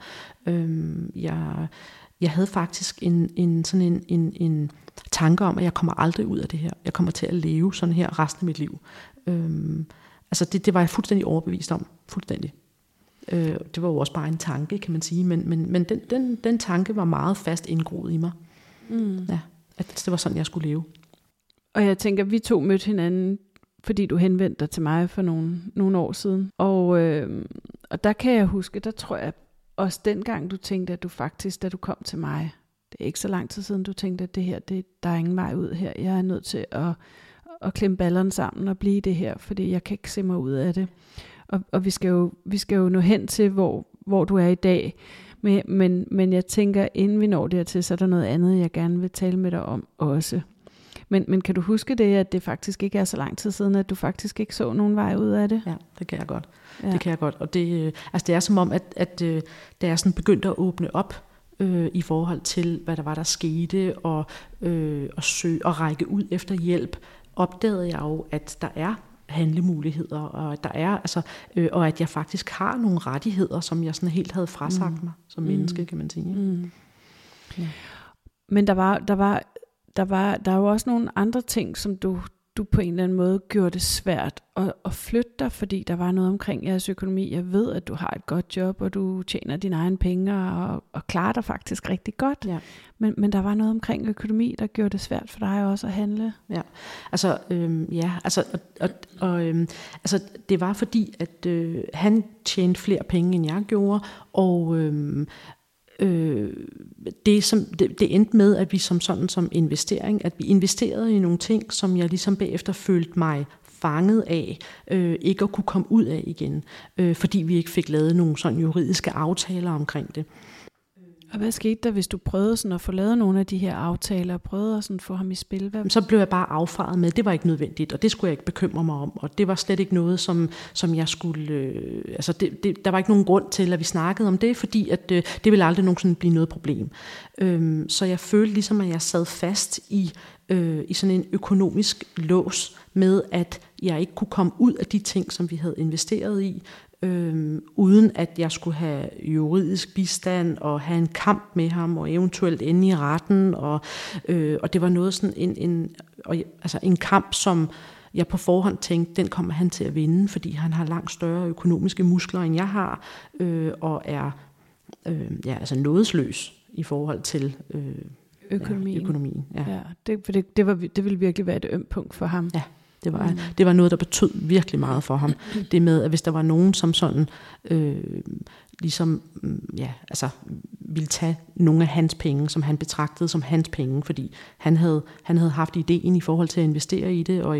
Jeg havde faktisk en tanke om, at jeg kommer aldrig ud af det her. Jeg kommer til at leve sådan her resten af mit liv. Det var jeg fuldstændig overbevist om. Fuldstændig. Det var jo også bare en tanke, kan man sige, men den tanke var meget fast indgroet i mig. Ja. At det var sådan, jeg skulle leve. Og jeg tænker, vi to mødte hinanden, fordi du henvendte dig til mig for nogle år siden. Og der kan jeg huske, der tror jeg også dengang, du tænkte, at du faktisk, da du kom til mig, det er ikke så lang tid siden, du tænkte, at det her, der er ingen vej ud her. Jeg er nødt til at klemme ballerne sammen og blive det her, fordi jeg kan ikke se mig ud af det. Og vi skal jo nå hen til, hvor du er i dag. Men jeg tænker, inden vi når dertil, så er der noget andet, jeg gerne vil tale med dig om også. Men kan du huske det, at det faktisk ikke er så lang tid siden, at du faktisk ikke så nogen vej ud af det? Ja, det kan jeg godt. Ja. Det kan jeg godt. Og det er som om, at da jeg sådan begyndte at åbne op i forhold til, hvad der var, der skete, og søge og række ud efter hjælp, opdagede jeg jo, at der er handlemuligheder, og der er og at jeg faktisk har nogle rettigheder, som jeg sådan helt havde frasagt mig som menneske, kan man sige. Ja. Men der er jo også nogle andre ting, som du på en eller anden måde gjorde det svært at flytte dig, fordi der var noget omkring jeres økonomi. Jeg ved, at du har et godt job, og du tjener dine egne penge og klarer dig faktisk rigtig godt. Ja. Men der var noget omkring økonomi, der gjorde det svært for dig også at handle. Ja, det var fordi, at han tjente flere penge, end jeg gjorde, og det endte med, at vi som investering, at vi investerede i nogle ting, som jeg ligesom bagefter følte mig fanget af, ikke at kunne komme ud af igen, fordi vi ikke fik lavet nogle sådan juridiske aftaler omkring det. Og hvad skete der, hvis du prøvede sådan at få lavet nogle af de her aftaler, og prøvede at sådan få ham i spil? Så blev jeg bare affaret med, det var ikke nødvendigt, og det skulle jeg ikke bekymre mig om, og det var slet ikke noget, som jeg skulle... der var ikke nogen grund til, at vi snakkede om det, fordi at, det ville aldrig nogensinde blive noget problem. Så jeg følte ligesom, at jeg sad fast i sådan en økonomisk lås med, at jeg ikke kunne komme ud af de ting, som vi havde investeret i, uden at jeg skulle have juridisk bistand og have en kamp med ham og eventuelt ende i retten, og det var noget sådan en kamp, som jeg på forhånd tænkte, den kommer han til at vinde, fordi han har langt større økonomiske muskler, end jeg har, og er nådesløs i forhold til økonomien. Ja. Det ville virkelig være et ømt punkt for ham. Ja. Det var noget, der betød virkelig meget for ham. Det med, at hvis der var nogen, som sådan ville tage nogle af hans penge, som han betragtede som hans penge, fordi han havde haft ideen i forhold til at investere i det, og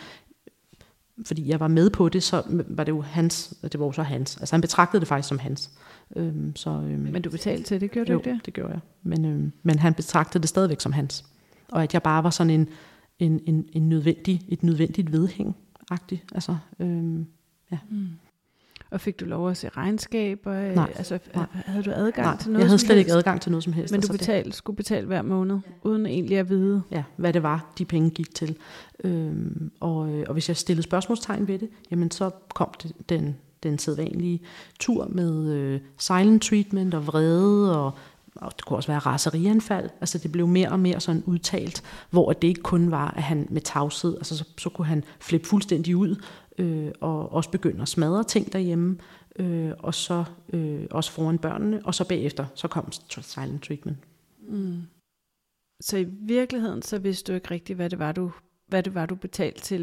fordi jeg var med på det, så var det jo hans, og det var jo så hans. Altså han betragtede det faktisk som hans. Men du betalte til det, gjorde du ikke det? Det gjorde jeg. Men han betragtede det stadigvæk som hans. Og at jeg bare var sådan et nødvendigt vedhæng-agtigt. Altså, ja. Og fik du lov at se regnskaber? Nej. Havde du adgang til noget? Jeg havde slet ikke adgang til noget som helst. Men du skulle betale hver måned, uden egentlig at vide? Ja, hvad det var, de penge gik til. Og hvis jeg stillede spørgsmålstegn ved det, jamen så kom den sædvanlige tur med silent treatment og vrede, og det kunne også være raserianfald. Altså det blev mere og mere sådan udtalt, hvor det ikke kun var, at han med tavshed, altså så kunne han flippe fuldstændig ud, og også begynde at smadre ting derhjemme, og så også foran børnene, og så bagefter, så kom silent treatment. Så i virkeligheden, så vidste du ikke rigtigt, hvad det var, du betalte til.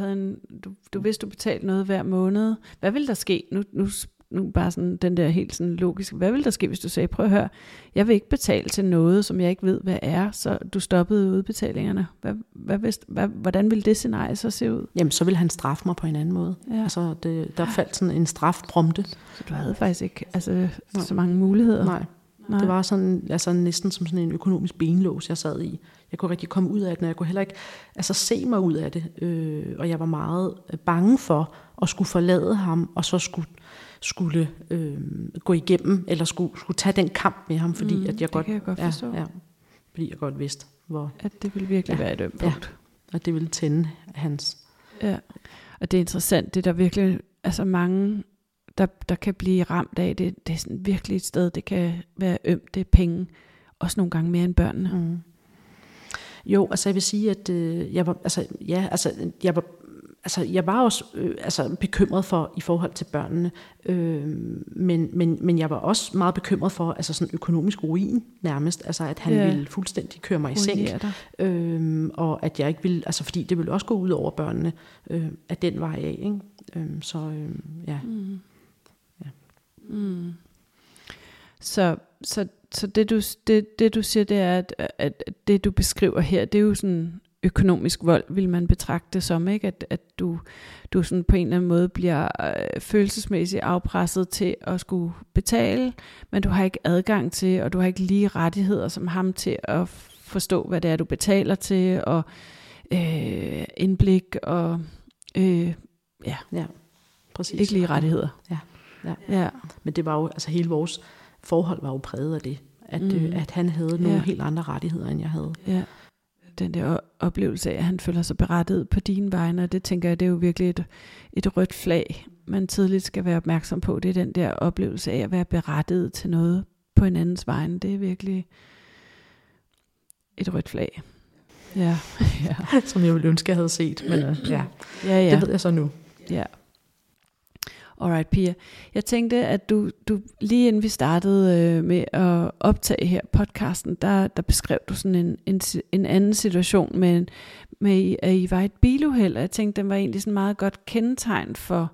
Du vidste, du betalte noget hver måned. Hvad ville der ske? Nu bare sådan den der helt sådan logiske. Hvad ville der ske, hvis du sagde, prøv at høre, jeg vil ikke betale til noget, som jeg ikke ved, hvad er, så du stoppede udbetalingerne. Hvordan ville det scenarie så se ud? Jamen, så ville han straffe mig på en anden måde. Ja. Altså, der faldt sådan en strafprompte. Så du havde faktisk ikke så mange muligheder? Nej. Det var sådan, altså næsten som sådan en økonomisk benlås, jeg sad i. Jeg kunne rigtig komme ud af det, og jeg kunne heller ikke se mig ud af det. Og jeg var meget bange for at skulle forlade ham, og så skulle gå igennem, eller skulle tage den kamp med ham, fordi at jeg godt forstå. Ja, fordi jeg godt vidste, hvor... At det ville virkelig være et ømt punkt. Ja, at det ville tænde hans... Ja, og det er interessant, det der virkelig... Altså mange... Der kan blive ramt af det. Det er sådan virkelig et sted, det kan være ømt, det er penge. Også nogle gange mere end børnene. Mm. Jo, altså jeg vil sige, at jeg var også bekymret for i forhold til børnene, men jeg var også meget bekymret for altså sådan økonomisk ruin nærmest, altså at han ville fuldstændig køre mig i seng, og at jeg ikke ville, altså fordi det ville også gå ud over børnene, at den vej af, ikke? Så det du siger, det er, at det du beskriver her, det er jo sådan økonomisk vold, vil man betragte det som, ikke? At du sådan på en eller anden måde bliver følelsesmæssigt afpresset til at skulle betale, men du har ikke adgang til, og du har ikke lige rettigheder som ham til at forstå, hvad det er, du betaler til, og indblik, og præcis. Ikke lige rettigheder. Ja. Men det var jo, altså hele vores forhold var jo præget af det, at han havde nogle helt andre rettigheder, end jeg havde. Ja. Den der oplevelse af, at han føler sig berettiget på dine vegne, og det tænker jeg, det er jo virkelig et rødt flag, man tidligt skal være opmærksom på. Det er den der oplevelse af at være berettiget til noget på en andens vegne. Det er virkelig et rødt flag. Ja. Som jeg ville ønske, jeg havde set, men det ved jeg så nu. Ja. Alright, Pia. Jeg tænkte, at du lige inden vi startede med at optage her podcasten, der beskrev du sådan en anden situation med at I var et biluheld, og jeg tænkte, den var egentlig sådan meget godt kendetegn for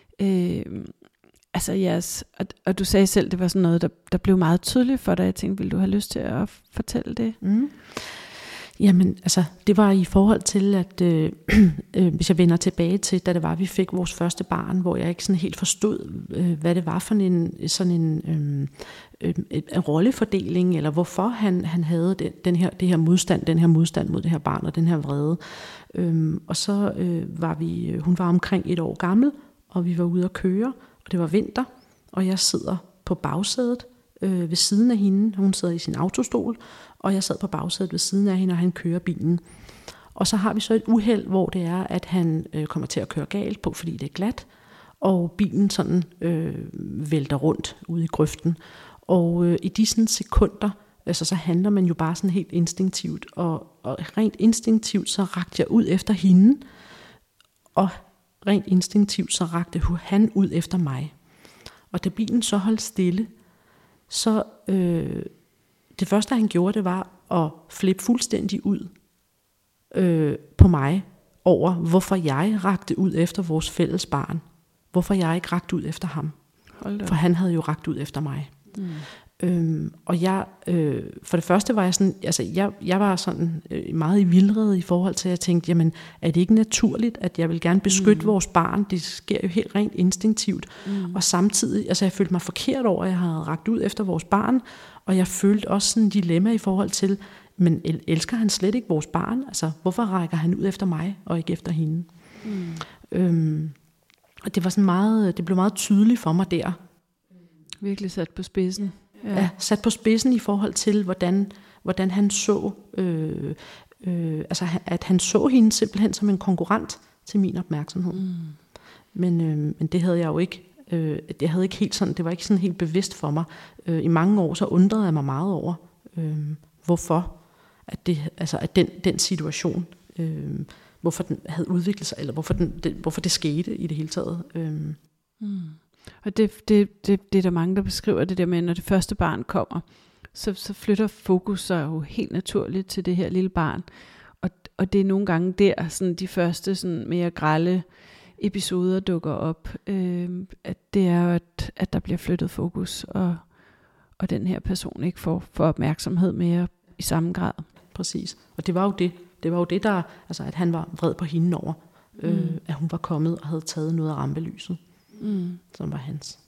jeres, og du sagde selv, det var sådan noget, der blev meget tydeligt for dig. Jeg tænkte, ville du have lyst til at fortælle det? Jamen, altså, det var i forhold til, at hvis jeg vender tilbage til, da det var, vi fik vores første barn, hvor jeg ikke sådan helt forstod, hvad det var for en rollefordeling, eller hvorfor han havde den her modstand mod det her barn, og den her vrede. Og så var hun var omkring 1 år gammel, og vi var ude at køre, og det var vinter, og jeg sidder på bagsædet ved siden af hende. Hun sidder i sin autostol, og jeg sad på bagsædet ved siden af hende, og han kører bilen. Og så har vi så et uheld, hvor det er, at han kommer til at køre galt på, fordi det er glat, og bilen sådan vælter rundt ude i grøften. Og i de sådan sekunder, altså, så handler man jo bare sådan helt instinktivt, og rent instinktivt, så rakte jeg ud efter hende, og rent instinktivt, så rakte han ud efter mig. Og da bilen så holdt stille, så det første, han gjorde, det var at flippe fuldstændig ud på mig over, hvorfor jeg rakte ud efter vores fælles barn. Hvorfor jeg ikke rakte ud efter ham. For han havde jo rakt ud efter mig. Og jeg, for det første var jeg sådan, altså jeg var sådan meget i vildrede i forhold til, at jeg tænkte, jamen er det ikke naturligt, at jeg vil gerne beskytte vores barn? Det sker jo helt rent instinktivt. Og samtidig, altså jeg følte mig forkert over, at jeg havde rakt ud efter vores barn, og jeg følte også sådan en dilemma i forhold til, men elsker han slet ikke vores barn? Altså hvorfor rækker han ud efter mig, og ikke efter hende? Og det var sådan meget, det blev meget tydeligt for mig der. Virkelig sat på spidsen. Ja, sat på spidsen i forhold til, hvordan han så, altså at han så hende simpelthen som en konkurrent til min opmærksomhed. Men det havde jeg jo ikke, det havde ikke helt sådan, det var ikke sådan helt bevidst for mig. I mange år så undrede jeg mig meget over, hvorfor at den situation, hvorfor den havde udviklet sig, eller hvorfor det skete i det hele taget. Og det er der mange, der beskriver det der med, når det første barn kommer, så flytter fokus sig jo helt naturligt til det her lille barn. Og det er nogle gange der, sådan de første sådan mere grelle episoder dukker op. At det er jo, at der bliver flyttet fokus, og den her person ikke får opmærksomhed mere i samme grad. Præcis. Og det var jo det der, altså at han var vred på hende over, at hun var kommet og havde taget noget af rampelyset. Som var hans.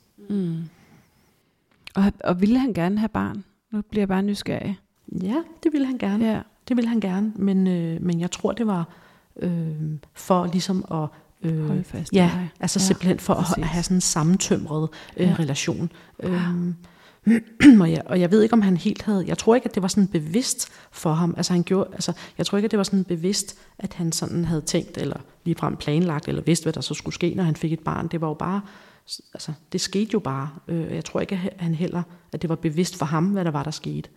Og ville han gerne have barn? Nu bliver jeg bare nysgerrig. Ja, det ville han gerne. Ja. Det ville han gerne, men jeg tror det var for ligesom at holde fast. Altså simpelthen for at have sådan en sammentømret relation. Og jeg ved ikke om han helt havde. Jeg tror ikke at det var sådan bevidst for ham. Jeg tror ikke at det var sådan bevidst at han sådan havde tænkt eller ligefrem planlagt eller vidste hvad der så skulle ske når han fik et barn. Det var jo bare, altså det skete jo bare. Jeg tror ikke at han heller at det var bevidst for ham hvad der var der skete.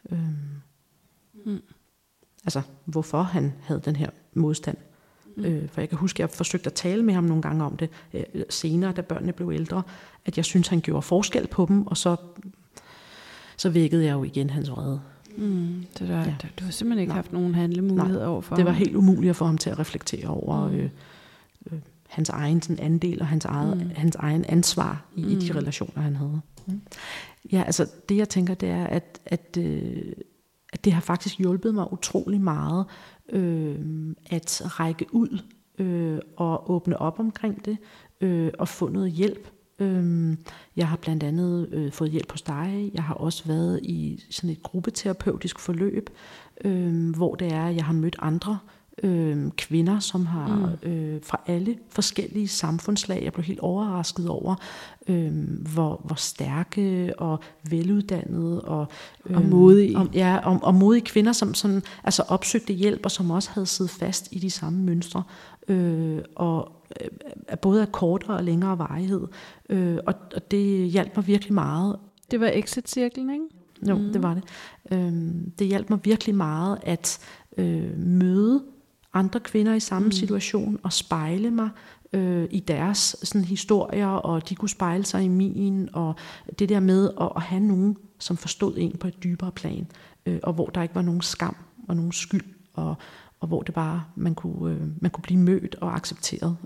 Altså hvorfor han havde den her modstand. For jeg kan huske at jeg forsøgte at tale med ham nogle gange om det senere da børnene blev ældre, at jeg synes han gjorde forskel på dem, og så vækkede jeg jo igen hans vrede. Du har simpelthen ikke haft nogen handlemulighed overfor det var helt umuligt at få ham til at reflektere over hans egen sådan andel og hans egen ansvar i de relationer han havde. Ja, altså det jeg tænker det er at det har faktisk hjulpet mig utrolig meget at række ud og åbne op omkring det og få noget hjælp. Jeg har blandt andet fået hjælp hos dig. Jeg har også været i sådan et gruppeterapeutisk forløb, hvor det er, at jeg har mødt andre kvinder, som har fra alle forskellige samfundslag. Jeg blev helt overrasket over, hvor stærke og veluddannede og modige. Og modige kvinder, som sådan, altså opsøgte hjælp, og som også havde siddet fast i de samme mønstre. Og både af kortere og længere varighed. Og det hjalp mig virkelig meget. Det var exit-cirklen, ikke? Jo, det var det. Det hjalp mig virkelig meget at møde andre kvinder i samme situation og spejle mig i deres sådan, historier, og de kunne spejle sig i min, og det der med at have nogen, som forstod en på et dybere plan, og hvor der ikke var nogen skam og nogen skyld, og hvor det bare man kunne blive mødt og accepteret.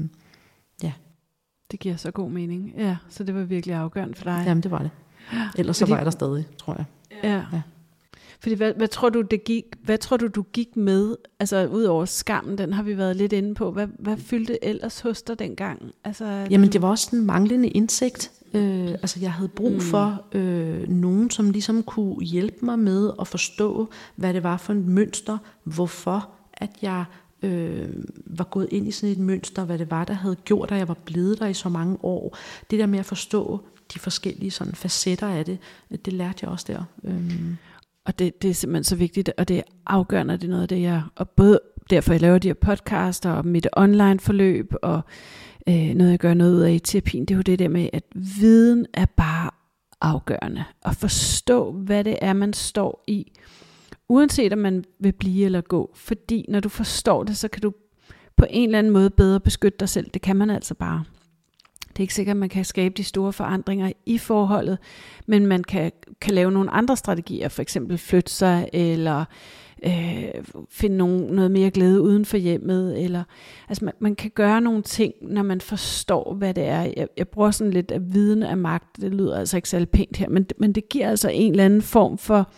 Det giver så god mening. Ja, så det var virkelig afgørende for dig. Jamen det var det. Ellers så var jeg der stadig, tror jeg. Ja. Fordi hvad tror du gik med? Altså ud over skammen, den har vi været lidt inde på. Hvad fyldte ellers hos dig dengang? Altså, Jamen det var også en manglende indsigt. Altså jeg havde brug for nogen, som ligesom kunne hjælpe mig med at forstå, hvad det var for et mønster, hvorfor at jeg var gået ind i sådan et mønster, hvad det var, der havde gjort, at jeg var blevet der i så mange år. Det der med at forstå de forskellige sådan facetter af det, det lærte jeg også der. Og det er simpelthen så vigtigt, og det er afgørende, det er noget af det, og både derfor jeg laver de her podcaster, og mit online forløb, og noget jeg gør noget ud af i terapien, det er jo det der med, at viden er bare afgørende. At forstå, hvad det er, man står i, uanset om man vil blive eller gå. Fordi når du forstår det, så kan du på en eller anden måde bedre beskytte dig selv. Det kan man altså bare. Det er ikke sikkert, at man kan skabe de store forandringer i forholdet, men man kan lave nogle andre strategier, for eksempel flytte sig, eller finde noget mere glæde uden for hjemmet, eller altså man kan gøre nogle ting, når man forstår, hvad det er. Jeg bruger sådan lidt, at viden er magt, det lyder altså ikke særlig pænt her, men det giver altså en eller anden form for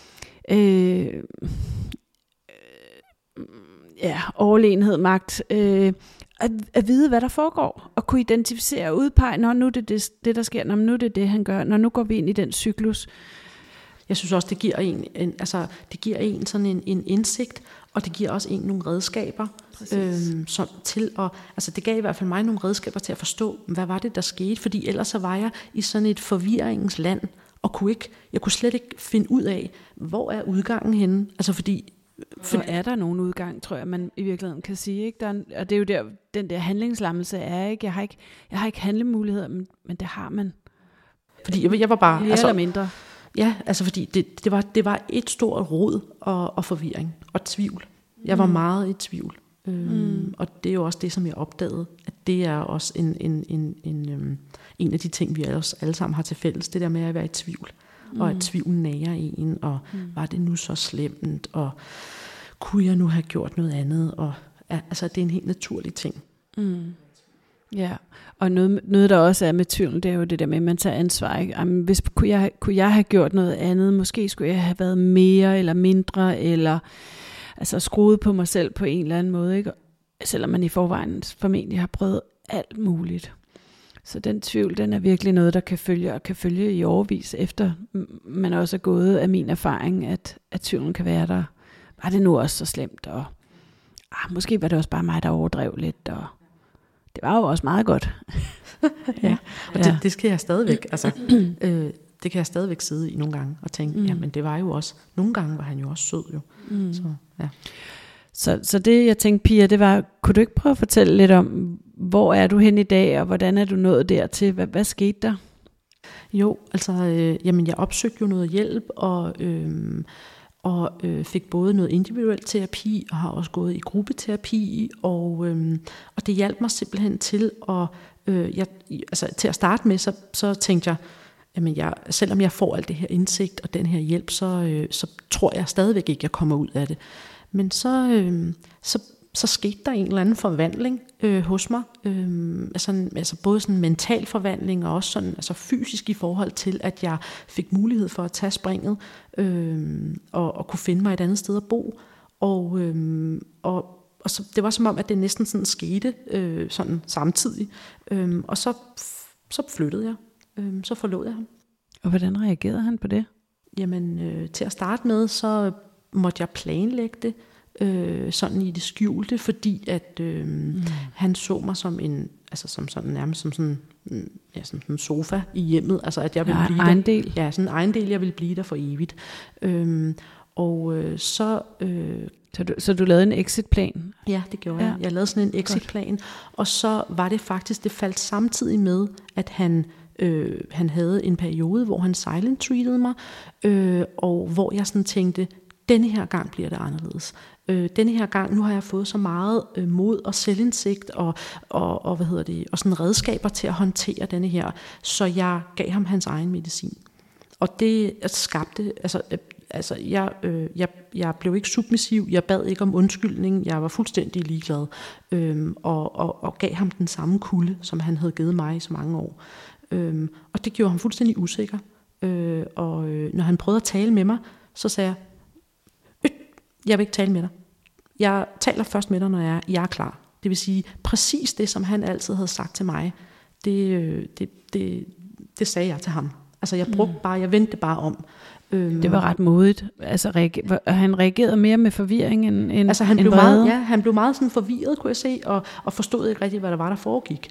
overlegenhed, magt, at vide, hvad der foregår, og kunne identificere og udpege, når nu det er det, der sker, når nu det er det, han gør, når nu går vi ind i den cyklus. Jeg synes også, det giver en sådan en indsigt, og det giver også en nogle redskaber, som til at, altså det gav i hvert fald mig nogle redskaber til at forstå, hvad var det, der skete, fordi ellers så var jeg i sådan et forvirringens land, og jeg kunne slet ikke finde ud af, hvor er udgangen henne, altså fordi er der nogen udgang, tror jeg, man i virkeligheden kan sige, ikke? Og det er jo der, den der handlingslammelse er, ikke? Jeg har ikke handlemuligheder, men det har man. Fordi jeg var bare mere eller mindre. Ja, altså fordi det var et stort rod og forvirring og tvivl. Jeg var meget i tvivl. Og det er jo også det, som jeg opdagede, at det er også en af de ting, vi alle sammen har til fælles, det der med at være i tvivl. Og at tvivlen nager en, og var det nu så slemt, og kunne jeg nu have gjort noget andet, og altså det er en helt naturlig ting. Ja, og noget der også er med tvivlen, det er jo det der med, at man tager ansvar, ikke? Jamen, kunne jeg have gjort noget andet, måske skulle jeg have været mere eller mindre, eller altså skruet på mig selv på en eller anden måde, ikke? Selvom man i forvejen formentlig har prøvet alt muligt. Så den tvivl, den er virkelig noget, der kan følge i årevis, efter man også er gået af min erfaring, at tvivlen kan være der. Var det nu også så slemt? Og måske var det også bare mig, der overdrev lidt, og det var jo også meget godt. Ja, og det skal jeg stadigvæk, altså det kan jeg stadigvæk sidde i nogle gange og tænke, jamen det var jo også, nogle gange var han jo også sød jo. Så, ja. Så det jeg tænkte, Pia, det var, kunne du ikke prøve at fortælle lidt om, hvor er du hen i dag, og hvordan er du nået dertil? Hvad skete der? Jo, altså, jamen jeg opsøgte jo noget hjælp, og fik både noget individuel terapi, og har også gået i gruppeterapi, og det hjalp mig simpelthen til til at starte med, så tænkte jeg, jamen selvom jeg får alt det her indsigt og den her hjælp, så tror jeg stadigvæk ikke, jeg kommer ud af det. Men så skete der en eller anden forvandling hos mig, altså både sådan en mental forvandling og også sådan, altså fysisk i forhold til, at jeg fik mulighed for at tage springet og kunne finde mig et andet sted at bo. Og så, det var som om, at det næsten sådan skete sådan samtidig. Og så flyttede jeg. Så forlod jeg ham. Og hvordan reagerede han på det? Jamen, til at starte med, så måtte jeg planlægge det, sådan i det skjulte, fordi at han så mig som som sådan nærmest som sådan en sofa i hjemmet, altså at jeg ville blive ejendel. Ja, sådan en ejendel, jeg ville blive der for evigt. Så du lavede en exitplan? Ja, det gjorde jeg. Jeg lavede sådan en exitplan, og så var det faktisk, det faldt samtidig med, at han havde en periode, hvor han silent treated mig, og hvor jeg sådan tænkte, denne her gang bliver det anderledes. Denne her gang, nu har jeg fået så meget mod og selvindsigt og sådan redskaber til at håndtere denne her, så jeg gav ham hans egen medicin. Og det skabte, jeg blev ikke submissiv, jeg bad ikke om undskyldning, jeg var fuldstændig ligeglad, og gav ham den samme kulde, som han havde givet mig i så mange år. Og det gjorde ham fuldstændig usikker. Og når han prøvede at tale med mig, så sagde jeg, jeg vil ikke tale med dig. Jeg taler først med dig, når jeg er klar. Det vil sige, præcis det, som han altid havde sagt til mig, det sagde jeg til ham. Altså jeg vendte bare om. Det var ret modigt. Altså han reagerede mere med forvirring end altså han blev meget sådan forvirret, kunne jeg se, og forstod ikke rigtig, hvad der var, der foregik.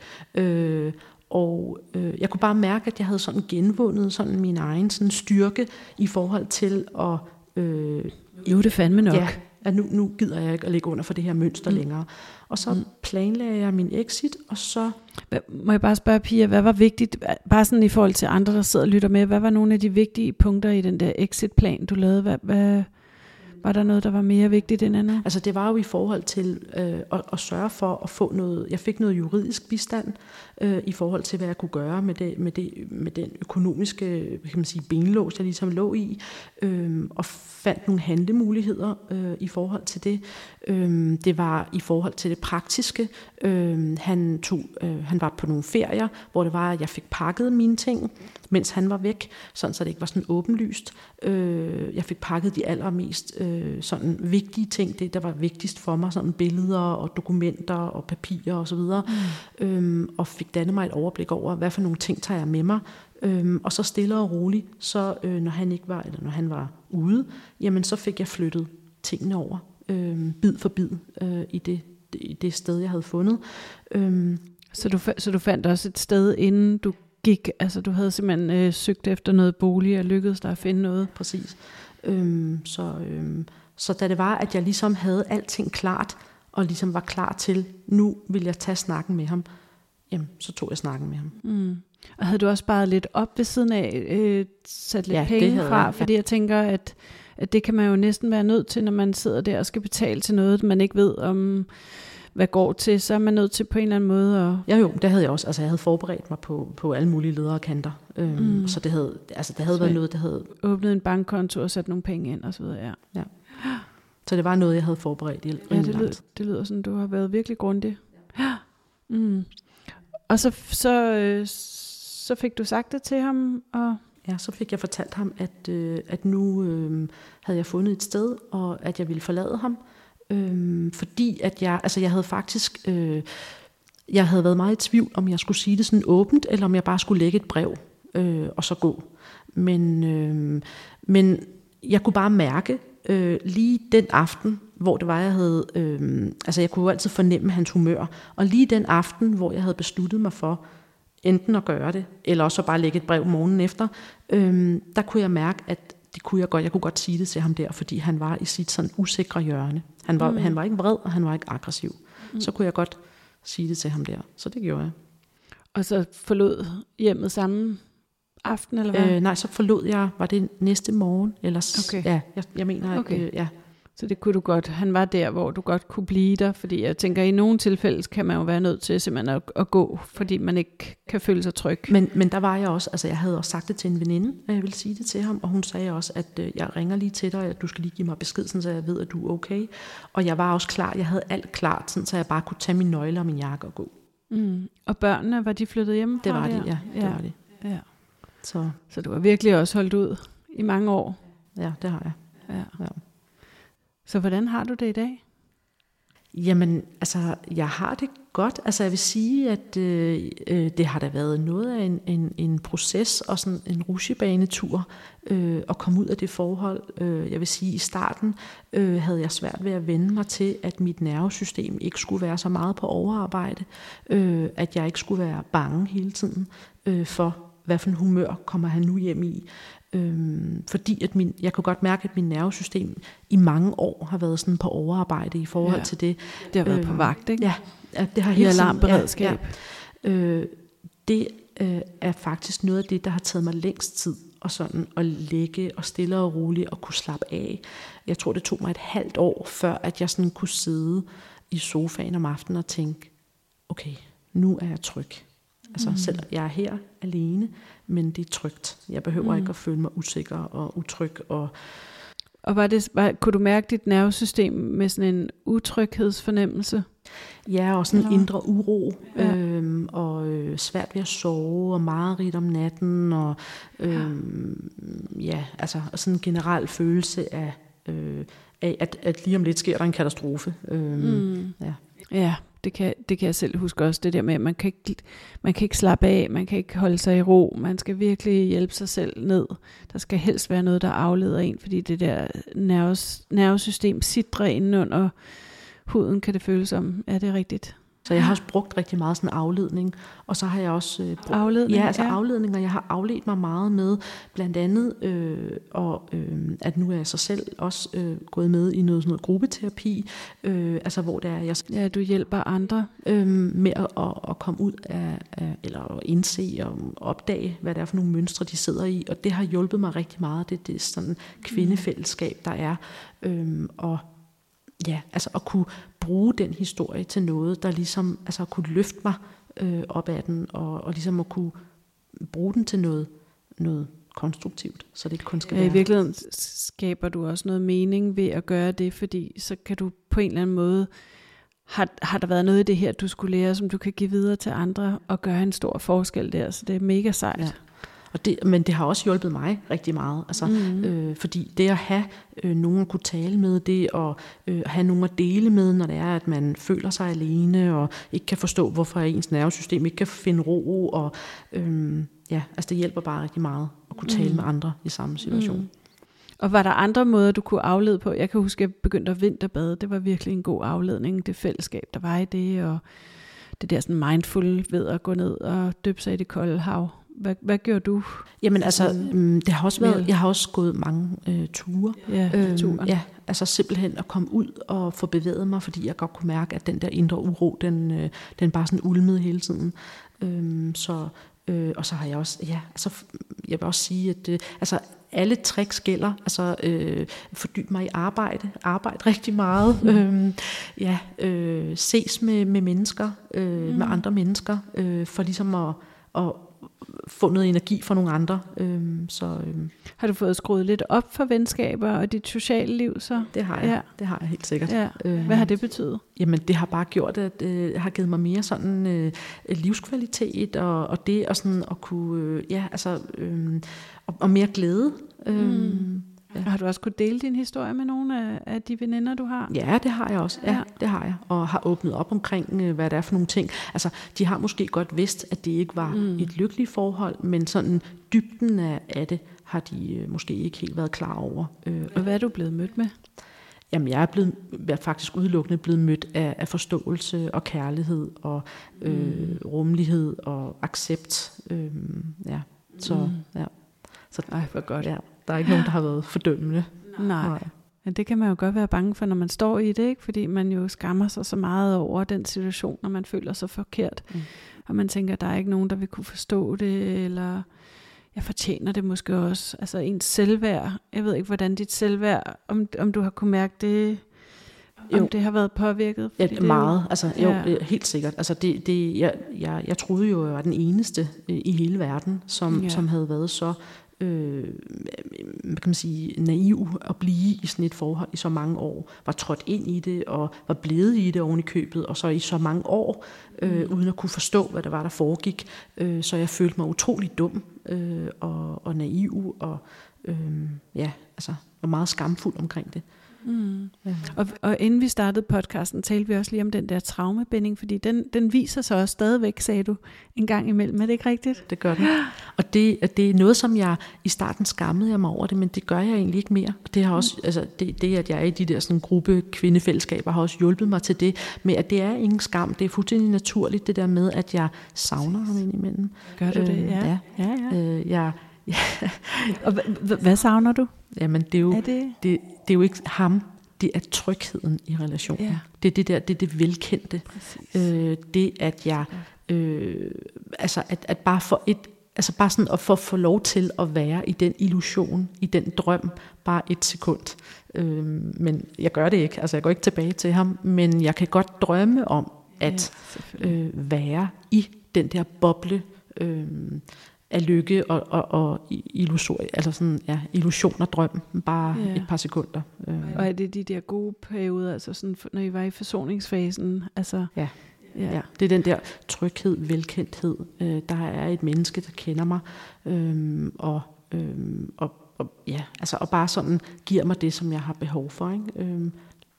Jeg kunne bare mærke, at jeg havde sådan genvundet sådan min egen sådan styrke i forhold til at nu er det fandme nok. Ja, at nu gider jeg ikke at ligge under for det her mønster længere. Og så planlagde jeg min exit, og så... Må jeg bare spørge, Pia, hvad var vigtigt, bare sådan i forhold til andre, der sidder og lytter med, hvad var nogle af de vigtige punkter i den der exit-plan, du lavede? Var der noget, der var mere vigtigt end andet? Altså det var jo i forhold til at sørge for at få noget... Jeg fik noget juridisk bistand i forhold til, hvad jeg kunne gøre med den økonomiske, kan man sige, benlås, jeg ligesom lå i, og fandt nogle handlemuligheder i forhold til det. Det var i forhold til det praktiske. Han var på nogle ferier, hvor det var, at jeg fik pakket mine ting, mens han var væk, sådan så det ikke var sådan åbenlyst. Jeg fik pakket de allermest sådan vigtige ting, det der var vigtigst for mig, sådan billeder og dokumenter og papirer og så videre, og fik dannet mig et overblik over, hvad for nogle ting tager jeg med mig, og så stille og roligt, så når han var ude, jamen så fik jeg flyttet tingene over, bid for bid, i det sted, jeg havde fundet. Så du fandt også et sted, inden du gik, altså du havde simpelthen søgt efter noget bolig og lykkedes dig at finde noget? Præcis. Så da det var, at jeg ligesom havde alting klart, og ligesom var klar til, nu vil jeg tage snakken med ham, jamen, så tog jeg snakken med ham. Og havde du også sparet lidt op ved siden af, sat lidt penge fra? Ja. Fordi jeg tænker, at det kan man jo næsten være nødt til, når man sidder der og skal betale til noget, man ikke ved om, hvad går til, så er man nødt til på en eller anden måde. Jo, det havde jeg også. Altså jeg havde forberedt mig på alle mulige ledere og kanter. Så det havde været noget, der havde... Åbnet en bankkonto og sat nogle penge ind og så videre, ja. Så det var noget, jeg havde forberedt i det lyder sådan, du har været virkelig grundig. Ja. Og så fik du sagt det til ham? Og... Ja, så fik jeg fortalt ham, at nu havde jeg fundet et sted, og at jeg ville forlade ham. Fordi at jeg havde faktisk... jeg havde været meget i tvivl, om jeg skulle sige det sådan åbent, eller om jeg bare skulle lægge et brev, og så gå. Men jeg kunne bare mærke, lige den aften, hvor det var, jeg havde... jeg kunne jo altid fornemme hans humør. Og lige den aften, hvor jeg havde besluttet mig for, enten at gøre det, eller også bare lægge et brev morgenen efter, der kunne jeg mærke, at det kunne jeg godt. Jeg kunne godt sige det til ham der, fordi han var i sit sådan usikre hjørne. Han var ikke vred, og han var ikke aggressiv. Så kunne jeg godt sige det til ham der. Så det gjorde jeg. Og så forlod hjemmet samme aften, eller hvad? Nej, så forlod jeg, var det næste morgen? Eller, okay. Ja, jeg mener, okay. Ja. Så det kunne du godt, han var der, hvor du godt kunne blive der, fordi jeg tænker, i nogle tilfælde kan man jo være nødt til simpelthen at gå, fordi man ikke kan føle sig tryg. Men der var jeg også, altså jeg havde også sagt det til en veninde, at jeg ville sige det til ham, og hun sagde også, at jeg ringer lige til dig, at du skal lige give mig besked, så jeg ved, at du er okay. Og jeg var også klar, jeg havde alt klart, så jeg bare kunne tage mine nøgler og min jakke og gå. Og børnene, var de flyttet hjemmefra? Det var de, ja. Det var de. Ja. Så du har virkelig også holdt ud i mange år? Ja, det har jeg. Ja. Så hvordan har du det i dag? Jamen, altså, jeg har det godt. Altså, jeg vil sige, at det har da været noget af en proces og sådan en rutsjebanetur at komme ud af det forhold. Jeg vil sige, at i starten havde jeg svært ved at vende mig til, at mit nervesystem ikke skulle være så meget på overarbejde. At jeg ikke skulle være bange hele tiden for, hvad for en humør kommer han nu hjem i. Fordi at jeg kunne godt mærke, at mit nervesystem i mange år har været sådan på overarbejde i forhold til det. Det har været på vagt, ikke? Ja, det har hele alarmberedskab. Det er faktisk noget af det, der har taget mig længst tid og sådan at ligge og stille og roligt og kunne slappe af. Jeg tror, det tog mig et halvt år, før at jeg sådan kunne sidde i sofaen om aftenen og tænke, okay, nu er jeg tryg. Altså selv jeg er her alene, men det er trygt. Jeg behøver ikke at føle mig usikker og utryg. Og kunne du mærke dit nervesystem med sådan en utryghedsfornemmelse? Ja, og sådan en indre uro, og svært ved at sove, og mareridt om natten, og og sådan en generel følelse af af, at lige om lidt sker der en katastrofe. Ja, det kan jeg selv huske også, det der med, at man kan ikke slappe af, man kan ikke holde sig i ro, man skal virkelig hjælpe sig selv ned. Der skal helst være noget, der afleder en, fordi det der nervesystem sidder inde under huden, kan det føles som. Er det rigtigt? Så jeg har også brugt rigtig meget sådan afledning, og så har jeg også brugt afledning, afledning, og jeg har afledt mig meget med, blandt andet, at nu er jeg så selv også gået med i noget, sådan noget gruppeterapi, altså hvor det er, jeg du hjælper andre med at komme ud af, eller at indse og opdage, hvad det er for nogle mønstre, de sidder i, og det har hjulpet mig rigtig meget, det er sådan kvindefællesskab, der er, og ja, altså at kunne bruge den historie til noget, der ligesom, altså at kunne løfte mig op af den, og ligesom at kunne bruge den til noget konstruktivt, så det ikke kun skal være. I virkeligheden skaber du også noget mening ved at gøre det, fordi så kan du på en eller anden måde, har der været noget i det her, du skulle lære, som du kan give videre til andre, og gøre en stor forskel der, så det er mega sejt. Ja. Men det har også hjulpet mig rigtig meget, altså, fordi det at have nogen at kunne tale med, det at have nogen at dele med, når det er, at man føler sig alene, og ikke kan forstå, hvorfor ens nervesystem ikke kan finde ro, og altså det hjælper bare rigtig meget at kunne tale med andre i samme situation. Og var der andre måder, du kunne aflede på? Jeg kan huske, at jeg begyndte at vinterbade, det var virkelig en god afledning, det fællesskab, der var i det, og det der sådan mindful ved at gå ned og dyppe sig i det kolde hav. Hvad gjorde du? Jamen altså, det har også været, jeg har også gået mange ture. Ja, altså simpelthen at komme ud og få bevæget mig, fordi jeg godt kunne mærke, at den der indre uro, den bare sådan ulmede hele tiden. Og så har jeg også, jeg vil også sige, at alle tricks gælder, fordyb mig i arbejde rigtig meget, ses med mennesker, med andre mennesker, for ligesom at få noget energi fra nogle andre. Har du fået skruet lidt op for venskaber og dit sociale liv så? Det har jeg, det har jeg helt sikkert. Ja. Hvad har det betydet? Jamen det har bare gjort, at det har givet mig mere sådan livskvalitet og det og sådan at kunne, og mere glæde. Ja. Har du også kunnet dele din historie med nogle af de veninder, du har? Ja, det har jeg også. Ja, det har jeg. Og har åbnet op omkring, hvad det er for nogle ting. Altså, de har måske godt vidst, at det ikke var et lykkeligt forhold, men sådan dybden af det har de måske ikke helt været klar over. Og hvad er du blevet mødt med? Jamen, jeg er faktisk udelukkende blevet mødt af forståelse og kærlighed og rummelighed og accept. Så. Ej, hvor godt. Ja. Der er ikke nogen, der har været fordømmende. Nej. Men det kan man jo godt være bange for, når man står i det, ikke? Fordi man jo skammer sig så meget over den situation, når man føler sig forkert. Og man tænker, der er ikke nogen, der vil kunne forstå det, eller jeg fortjener det måske også. Altså ens selvværd. Jeg ved ikke, hvordan dit selvværd, om du har kunne mærke det, om det har været påvirket. Ja, meget. Helt sikkert. Altså jeg troede jo, jeg var den eneste i hele verden, som havde været så kan man sige, naiv at blive i sådan et forhold i så mange år, var trådt ind i det og var blevet i det oven i købet, og så i så mange år uden at kunne forstå, hvad der var, der foregik, så jeg følte mig utrolig dum og naiv og var meget skamfuld omkring det. Og inden vi startede podcasten, talte vi også lige om den der traumebinding, fordi den viser sig også stadigvæk, sagde du, en gang imellem. Er det ikke rigtigt? Det gør den. Og det er noget, som jeg i starten skammede jeg mig over det, men det gør jeg egentlig ikke mere. Det har også, det at jeg er i de der sådan gruppe kvindefællesskaber, har også hjulpet mig til det, med at det er ingen skam. Det er fuldstændig naturligt, det der med, at jeg savner ham indimellem. Gør du det? Ja. Og hvad savner du? Jamen det er jo ikke ham, det er trygheden i relationen. Ja. Det er det velkendte. Det at jeg at bare for bare sådan at få lov til at være i den illusion, i den drøm, bare et sekund. Men jeg gør det ikke. Altså jeg går ikke tilbage til ham, men jeg kan godt drømme om at være i den der boble af lykke og illusion og drøm, bare et par sekunder. Og er det de der gode perioder, altså sådan, når I var i forsoningsfasen? Altså, ja, det er den der tryghed, velkendthed. Der er et menneske, der kender mig, og og bare sådan giver mig det, som jeg har behov for, ikke?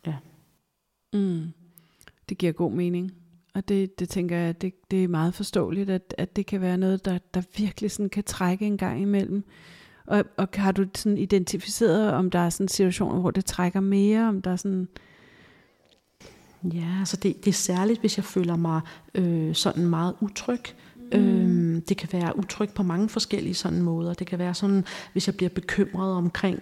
Det giver god mening. Og det tænker jeg, det er meget forståeligt, at det kan være noget, der virkelig sådan kan trække en gang imellem. Og har du sådan identificeret, om der er sådan situationer, hvor det trækker mere, om der er sådan... Ja, altså det er særligt, hvis jeg føler mig sådan meget utryg. Det kan være utryg på mange forskellige sådan måder. Det kan være sådan, hvis jeg bliver bekymret omkring,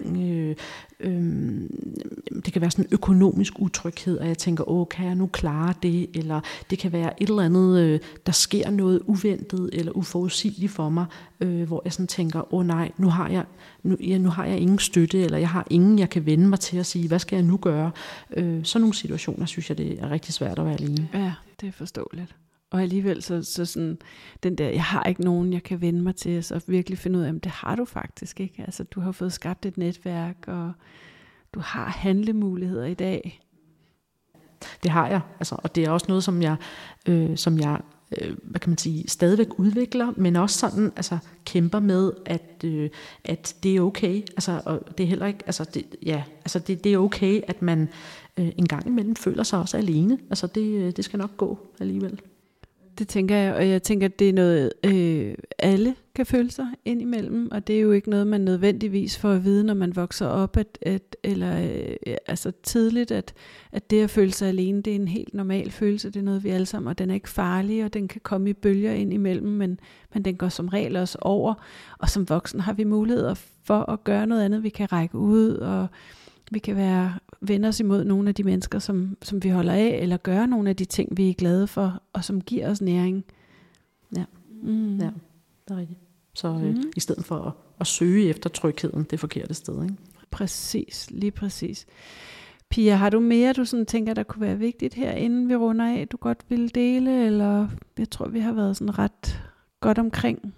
det kan være sådan økonomisk utryghed, og jeg tænker, kan jeg nu klare det? Eller det kan være et eller andet, der sker noget uventet eller uforudsigeligt for mig, hvor jeg sådan tænker, nej, nu har jeg ingen støtte, eller jeg har ingen, jeg kan vende mig til at sige, hvad skal jeg nu gøre? Sådan nogle situationer, synes jeg, det er rigtig svært at være alene. Ja, det er forståeligt. Og alligevel så sådan, den der, jeg har ikke nogen, jeg kan vende mig til, så virkelig finde ud af, at det har du faktisk ikke. Altså, du har fået skabt et netværk, og du har handlemuligheder i dag. Det har jeg, altså, og det er også noget, som jeg hvad kan man sige, stadigvæk udvikler, men også sådan, altså, kæmper med, at det er okay. Altså, og det er heller ikke, det er okay, at man en gang imellem føler sig også alene. Altså, det skal nok gå alligevel. Det tænker jeg, og jeg tænker, at det er noget, alle kan føle sig indimellem, og det er jo ikke noget, man nødvendigvis får at vide, når man vokser op, altså tidligt, at det at føle sig alene, det er en helt normal følelse, det er noget, vi alle sammen, og den er ikke farlig, og den kan komme i bølger indimellem, men den går som regel også over, og som voksen har vi muligheder for at gøre noget andet, vi kan række ud, og vi kan vende os imod nogle af de mennesker, som vi holder af, eller gøre nogle af de ting, vi er glade for, og som giver os næring. Ja, ja, det er rigtigt. Så i stedet for at søge efter trygheden det forkerte sted, ikke? Præcis, lige præcis. Pia, har du mere, du sådan tænker, der kunne være vigtigt her, inden vi runder af, du godt vil dele, eller jeg tror, vi har været sådan ret godt omkring?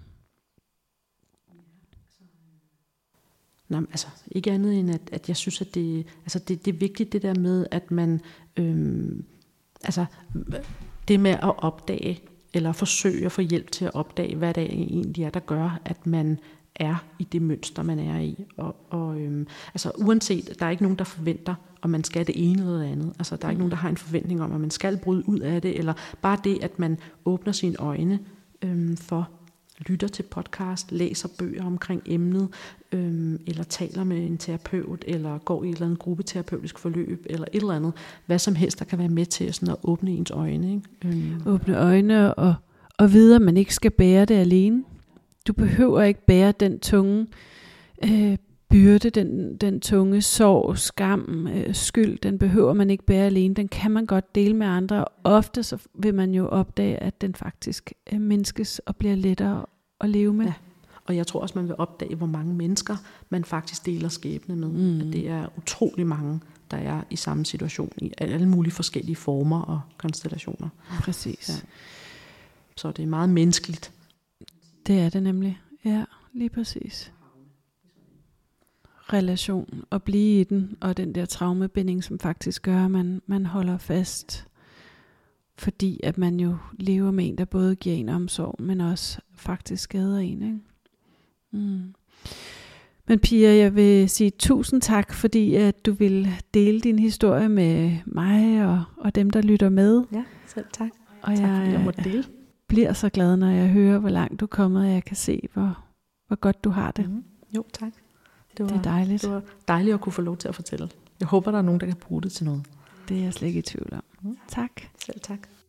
Nej, altså ikke andet end, at jeg synes, at det er vigtigt det der med, at man, det med at opdage, eller forsøge at få hjælp til at opdage, hvad det egentlig er, der gør, at man er i det mønster, man er i. Og uanset, der er ikke nogen, der forventer, om man skal det ene eller det andet. Altså, der er ikke nogen, der har en forventning om, at man skal bryde ud af det, eller bare det, at man åbner sine øjne for lytter til podcast, læser bøger omkring emnet, eller taler med en terapeut, eller går i et eller andet gruppeterapeutisk forløb, eller et eller andet. Hvad som helst, der kan være med til sådan at åbne ens øjne. Ikke? Åbne øjne og vide, at man ikke skal bære det alene. Du behøver ikke bære den tunge byrde, den tunge sorg, skam, skyld, den behøver man ikke bære alene. Den kan man godt dele med andre, og ofte så vil man jo opdage, at den faktisk mindskes og bliver lettere at leve med. Ja. Og jeg tror også, man vil opdage, hvor mange mennesker man faktisk deler skæbne med. At det er utrolig mange, der er i samme situation, i alle mulige forskellige former og konstellationer. Præcis. Ja. Så det er meget menneskeligt. Det er det nemlig. Ja, lige præcis. Relation og blive i den, og den der traumebinding, som faktisk gør, at man holder fast, fordi at man jo lever med en, der både giver en omsorg, men også faktisk skader en, ikke? Men Pia, jeg vil sige tusind tak, fordi at du vil dele din historie med mig og dem, der lytter med. Ja, selv tak. Og tak fordi jeg måtte dele. Bliver så glad, når jeg hører, hvor langt du er kommet, og jeg kan se, hvor godt du har det. Jo, tak. Det er dejligt. Det var dejligt at kunne få lov til at fortælle. Jeg håber, der er nogen, der kan bruge det til noget. Det er jeg slet ikke i tvivl om. Tak. Selv tak.